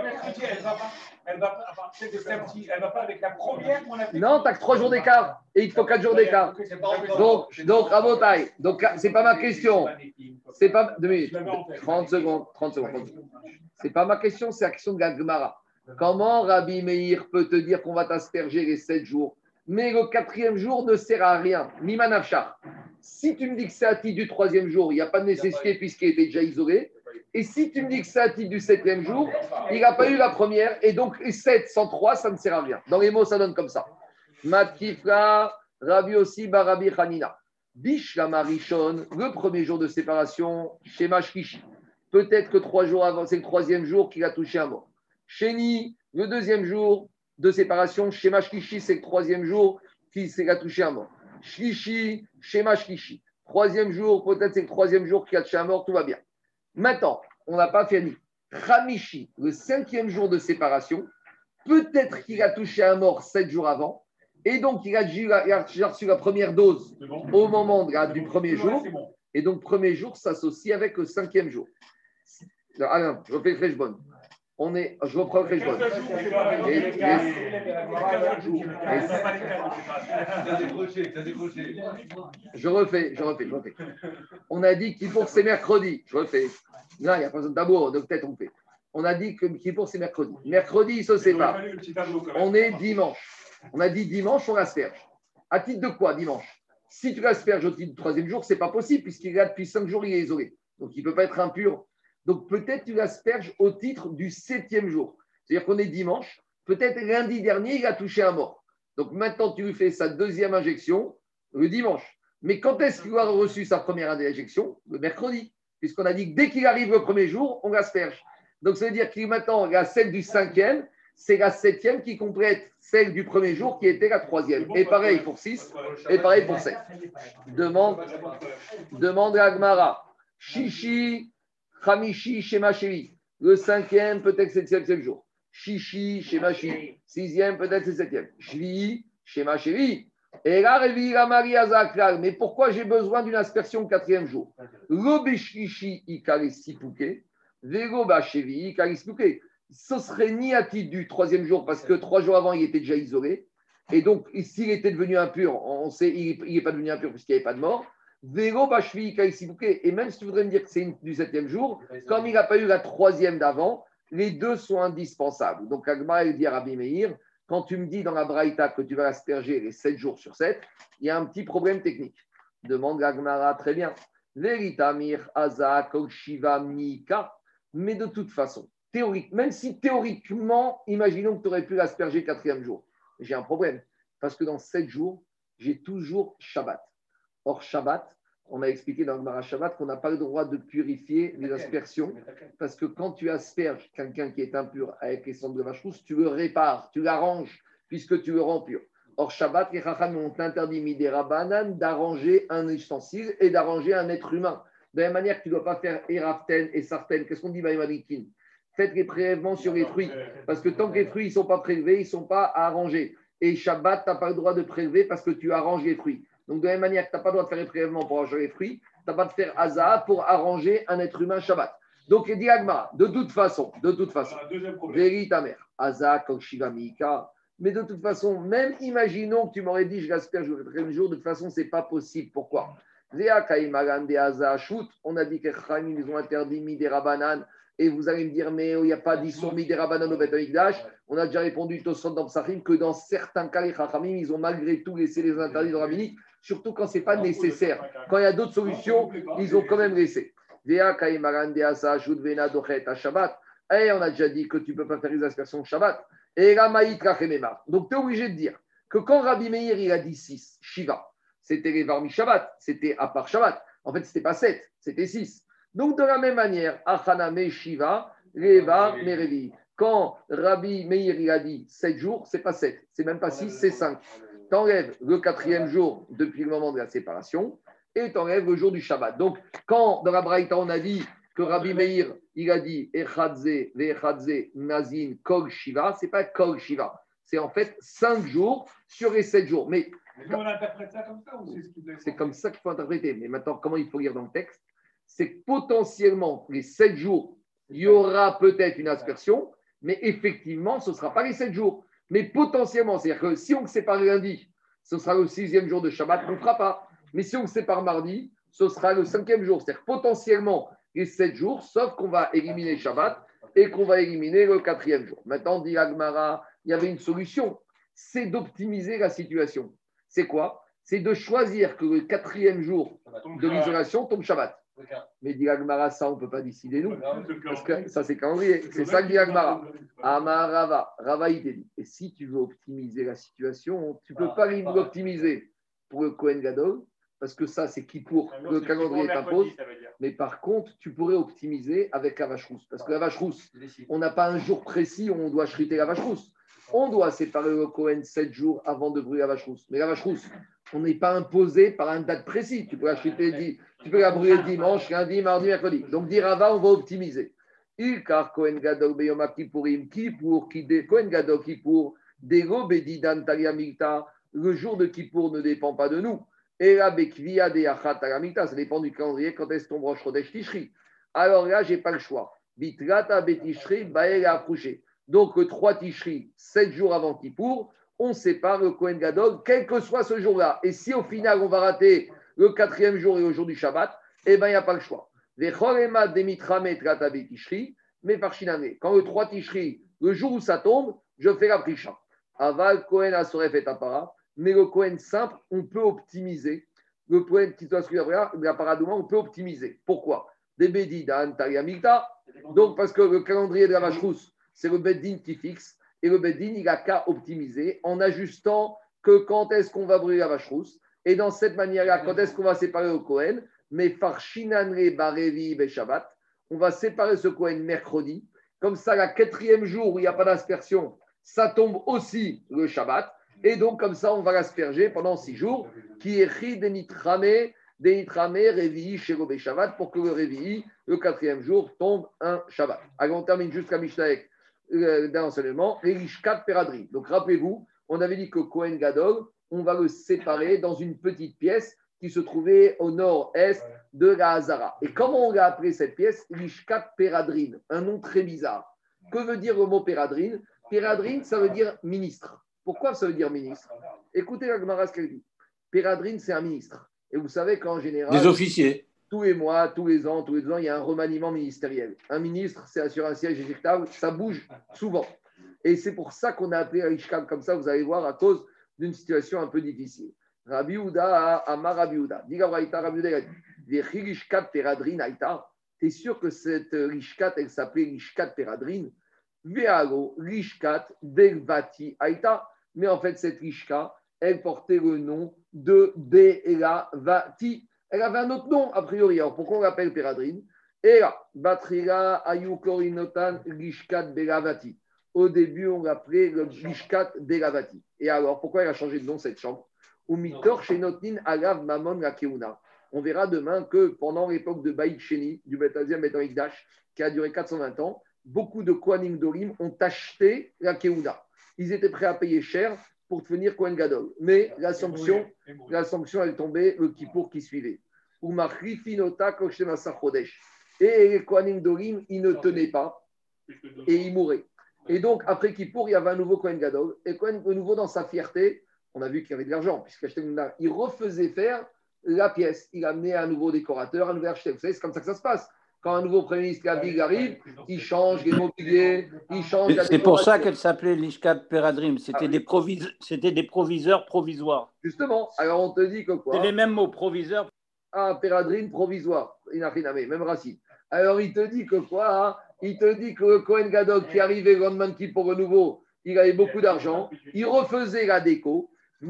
Elle va pas avec la première qu'on a fait. Non, tu n'as que 3 jours d'écart. Et il te faut 4 jours d'écart. Donc, Rabotai, donc c'est pas ma question. C'est pas 2 minutes. 30 secondes. C'est pas ma question, c'est la question de la Gemara. Comment Rabbi Meir peut te dire qu'on va t'asperger les 7 jours, mais le 4e jour ne sert à rien? Miman Afshar. Si tu me dis que c'est à titre du 3e jour, il n'y a pas de nécessité puisqu'il était déjà isolé. Et si tu me dis que c'est à titre du 7e jour, il n'a pas eu la première. Et donc, 7 sans 3, ça ne sert à rien. Dans les mots, ça donne comme ça. Matkifla, Rabbi aussi, Barabi Hanina. Bish la Marichon, le premier jour de séparation, chez Mashkishi. Peut-être que 3 jours avant, c'est le 3e jour qu'il a touché un mort. Chéni, le 2e jour de séparation, chez Mashkishi, c'est le 3e jour qu'il a touché un mort. Shlishi, chez Mashkishi. 3e jour, peut-être c'est le 3e jour qu'il a touché un mort, tout va bien. Maintenant, on n'a pas fini. Khamishi, le 5e jour de séparation, peut-être qu'il a touché un mort 7 jours avant, et donc il a déjà reçu la première dose au moment du premier jour, et donc premier jour s'associe avec le 5e jour. Alain, je refais le Freshbon. Je reprends le Freshbon. Je refais. On a dit Kippour c'est mercredi. Je refais. Là, il n'y a pas besoin de tabou, donc peut-être on fait. On a dit que Kippour c'est mercredi. Mercredi, il se sépare. On est dimanche. On a dit dimanche, on l'asperge. À titre de quoi dimanche? Si tu l'asperges au titre du 3e jour, ce n'est pas possible, puisqu'il est là depuis 5 jours, il est isolé. Donc il ne peut pas être impur. Donc peut-être tu l'asperges au titre du 7e jour. C'est-à-dire qu'on est dimanche. Peut-être lundi dernier, il a touché un mort. Donc maintenant, tu lui fais sa 2e injection le dimanche. Mais quand est-ce qu'il a reçu sa première injection? Le mercredi. puisqu'on a dit que dès qu'il arrive le premier jour, on l'asperge. Donc, ça veut dire que maintenant, la celle du cinquième, c'est la septième qui complète celle du premier jour qui était la troisième. Et pareil pour 6, et pareil pour 7. Demande à Agmara. Shishi, Khamishi, Shema Sheri. Le cinquième, peut-être c'est le septième jour. Shishi, Shema Sheri. Sixième, peut-être c'est le septième. Shvi, Shema Sheri. Et là, Revi, la Maria Zaklar. Mais pourquoi j'ai besoin d'une aspersion le quatrième jour? L'obeshishi, Ikare Sipuke. Vego Bachevi, Ikare Sipuke. Ce serait ni à titre du troisième jour, parce que 3 jours avant, il était déjà isolé. Et donc, s'il était devenu impur, on sait il n'est pas devenu impur puisqu'il n'y avait pas de mort. Vélo, Bashvi, Kaïsibouké. Et même si tu voudrais me dire que c'est du 7e jour, comme il n'a pas eu la 3e d'avant, les deux sont indispensables. Donc, Agma, il dit à Rabbi Meir, quand tu me dis dans la Braïta que tu vas asperger les 7 jours sur 7, il y a un petit problème technique. Demande Agmara, très bien. Veritamir, Aza, Shiva, Mika. Mais de toute façon, même si théoriquement, imaginons que tu aurais pu l'asperger le 4e jour, j'ai un problème. Parce que dans 7 jours, j'ai toujours Shabbat. Or, Shabbat, on a expliqué dans le Mara Shabbat qu'on n'a pas le droit de purifier les aspersions. Parce que quand tu asperges quelqu'un qui est impur avec les cendres de vache rousse, tu le répares, tu l'arranges, puisque tu le rends pur. Or, Shabbat, les Chacham ont interdit Midera Banan d'arranger un ustensile et d'arranger un être humain. De la même manière que tu ne dois pas faire Eraften et Sarten. Qu'est-ce qu'on dit, Maïmadikin? Faites les prélèvements sur les fruits. Parce que tant que les fruits ne sont pas prélevés, ils ne sont pas arrangés. Et Shabbat, tu n'as pas le droit de prélever parce que tu arranges les fruits. Donc, de la même manière que tu n'as pas le droit de faire les prélèvements pour arranger les fruits, tu n'as pas de faire Hazaa pour arranger un être humain Shabbat. Donc, il dit Agma, de toute façon, Véri ta mère, Hazaa, Kokshiva, Mika. Mais de toute façon, même imaginons que tu m'aurais dit je l'asperge le 4e jour, de toute façon, ce n'est pas possible. Pourquoi? On a dit que Khamim, ils ont interdit Midera Banan. Et vous allez me dire, mais il n'y a pas d'Issur Midera Banan au Beth Amikdash. On a déjà répondu Tosfot dans Psachim que dans certains cas, les Chachamim, ils ont malgré tout laissé les interdits de rabbinique, surtout quand ce n'est pas nécessaire. Quand il y a d'autres solutions, ils ont quand même laissé. Et on a déjà dit que tu ne peux pas faire les aspersions Shabbat. Et la Maït Rachemema. Donc tu es obligé de dire que quand Rabbi Meir il a dit 6, Shiva, c'était les Varmi Shabbat, c'était à part Shabbat. En fait, ce n'était pas 7, c'était 6. Donc, de la même manière, Achaname Shiva, Reva Merevi. Quand Rabbi Meir il a dit 7 jours, ce n'est pas 7, c'est même pas 6, c'est 5. Tu enlèves le 4e jour depuis le moment de la séparation et tu enlèves le jour du Shabbat. Donc, quand dans la Braïta, on a dit que Rabbi Meir il a dit Echadze, Vechadze, Nazin, Kol Shiva, ce n'est pas Kol Shiva. C'est en fait 5 jours sur les 7 jours. Mais on interprète ça comme ça ou c'est ce qu'il doit être? C'est comme ça qu'il faut interpréter. Mais maintenant, comment il faut lire dans le texte? C'est que potentiellement, les 7 jours, il y aura peut-être une aspersion, mais effectivement, ce ne sera pas les 7 jours. Mais potentiellement, c'est-à-dire que si on le sépare lundi, ce sera le 6e jour de Shabbat, on ne fera pas. Mais si on le sépare mardi, ce sera le 5e jour. C'est-à-dire potentiellement les 7 jours, sauf qu'on va éliminer Shabbat et qu'on va éliminer le 4e jour. Maintenant, dit Agmara, il y avait une solution, c'est d'optimiser la situation. C'est quoi? C'est de choisir que le 4e jour de l'isolation tombe Shabbat. Mais dit Agmara, ça, on ne peut pas décider nous. Parce que ça, c'est calendrier. C'est ça que dit Agmara. Amar Rava, il dit. Et si tu veux optimiser la situation, tu ne peux pas l'optimiser pour le Kohen Gadol, parce que ça, c'est Kippour, le calendrier t'impose. Mais par contre, tu pourrais optimiser avec la vache rousse. Parce que la vache rousse, on n'a pas un jour précis où on doit shriter la vache rousse. On doit séparer le Kohen 7 jours avant de brûler la vache rousse. Mais la vache rousse, on n'est pas imposé par une date précise. Tu peux la shriter, tu peux la brûler dimanche, lundi, mardi, mercredi. Donc, dire Rava, on va optimiser. Car Kohen Gadol Beyom Kippourim, Kippour, Kohen Gadol Kippour, Dego Bedidan Taliamita, le jour de Kippour ne dépend pas de nous. Et la Bekvia de Achat Talamita, ça dépend du calendrier quand est-ce tombe Rosh Chodesh Tishri. Alors là, je n'ai pas le choix. Bitrata Betishri, Baël a accouché. Donc, le 3 Tishri, 7 jours avant Kippour, on sépare le Kohen Gadol, quel que soit ce jour-là. Et si au final, on va rater le 4e jour et le jour du Shabbat, eh bien, il n'y a pas le choix. Mais quand le 3 Tishri, le jour où ça tombe, je fais la prisha. Aval Kohen Asoref et Apara. Mais le Kohen simple, on peut optimiser. Le Kohen qui doit suivre la paradouma, on peut optimiser. Pourquoi? Des Bedidan, Tariamikta. Donc, parce que le calendrier de la vache rousse, c'est le Beddin qui fixe. Et le Beddin, il n'a qu'à optimiser en ajustant que quand est-ce qu'on va brûler la vache rousse. Et dans cette manière-là, quand est-ce qu'on va séparer le Kohen? mais Farshinanre Barevi Beshabbat, on va séparer ce Kohen mercredi. Comme ça, la 4e jour où il n'y a pas d'aspersion, ça tombe aussi le Shabbat. Et donc, comme ça, on va l'asperger pendant 6 jours. Qui écrit Denitrame, Revi, Sherobe Shabbat, pour que le Revi, le 4e jour, tombe un Shabbat. Alors, on termine juste la Mishnah avec d'un enseignement, les Lishkat Peradri. Donc, rappelez-vous, on avait dit que Kohen Gadol, on va le séparer dans une petite pièce qui se trouvait au nord-est de la Hazara. Et comment on l'a appelé cette pièce? Lishkat Peradrin, un nom très bizarre. Que veut dire le mot Peradrin? Peradrin, ça veut dire ministre. Pourquoi ça veut dire ministre? Écoutez la Gemara ce qu'elle dit. Peradrin, c'est un ministre. Et vous savez qu'en général, Des officiers. tous les mois, tous les ans, il y a un remaniement ministériel. Un ministre, c'est sur un siège éjectable, ça bouge souvent. Et c'est pour ça qu'on a appelé Lishkat comme ça, vous allez voir, à cause d'une situation un peu difficile. Rabbi Houda, Amar Rabbi Houda. Dis Rabbi Houda, Lishkat Peradrin Aïta. T'es sûr que cette Lishkat, elle s'appelait Lishkat Peradrin? Vealo, Lishkat Belvati Aïta. Mais en fait, cette Lishka, elle portait le nom de Belavati. Elle avait un autre nom, a priori. Alors, pourquoi on l'appelle Peradrin? Et là, Batrila Ayukorinotan Lishkat Belavati. Au début, on l'appelait le Lishkat Belavati. Et alors, pourquoi elle a changé de nom, cette chambre? Umitor Shenotnin Alav Mamon la Keuna. On verra demain que pendant l'époque de Baïk Sheni, du Betaziam Betan Ikdash, qui a duré 420 ans, beaucoup de Kohanim Dorim ont acheté la Keuna. Ils étaient prêts à payer cher pour devenir Kohen Gadol. Mais la sanction, elle est tombée le Kippour qui suivait. Et les Kohanim Dorim, ils ne tenaient pas et ils mouraient. Et donc, après Kippour, il y avait un nouveau Kohen Gadol. Et Kohen, de nouveau, dans sa fierté, on a vu qu'il y avait de l'argent, puisqu'il refaisait faire la pièce. Il amenait un nouveau décorateur, un nouvel architecte. Vous savez, c'est comme ça que ça se passe. Quand un nouveau Premier ministre arrive, il change les mobiliers, il change la décoration. C'est pour ça qu'elle s'appelait Lishkat Peradrim. C'était des proviseurs provisoires. Justement, alors on te dit que quoi? C'est les mêmes mots, proviseur. Ah, Peradrim provisoire. Inachiname, même racine. Alors il te dit que quoi? Hein? Il te dit que le Kohen Gadol qui arrivait le lendemain de Kippour au nouveau, il avait beaucoup d'argent, il refaisait la déco.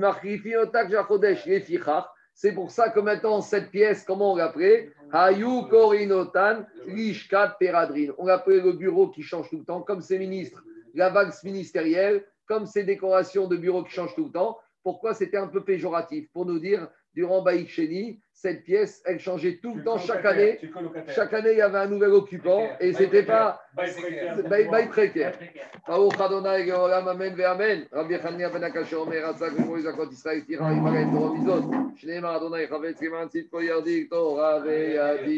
C'est pour ça que maintenant, cette pièce, comment on l'appelait? Hayu Korinotan Lishkat Peradrin. On l'appelait le bureau qui change tout le temps, comme ses ministres, la valse ministérielle, comme ces décorations de bureau qui changent tout le temps. Pourquoi c'était un peu péjoratif? Pour nous dire, durant Baïk Sheni, cette pièce, elle changeait tout le temps, chaque année. Chaque année, il y avait un nouvel occupant et ce n'était pas Baïk précaire. Baruch Adonai Geolam, Amen ve Amen. Rabbi Chania ben Akash Omer, Atzak Moïse Akot Israël, Tira, Imarem, Doromizot. Shneimar Adonai Chavetz Keman Tzit Koyardik, Torah ve Yadi.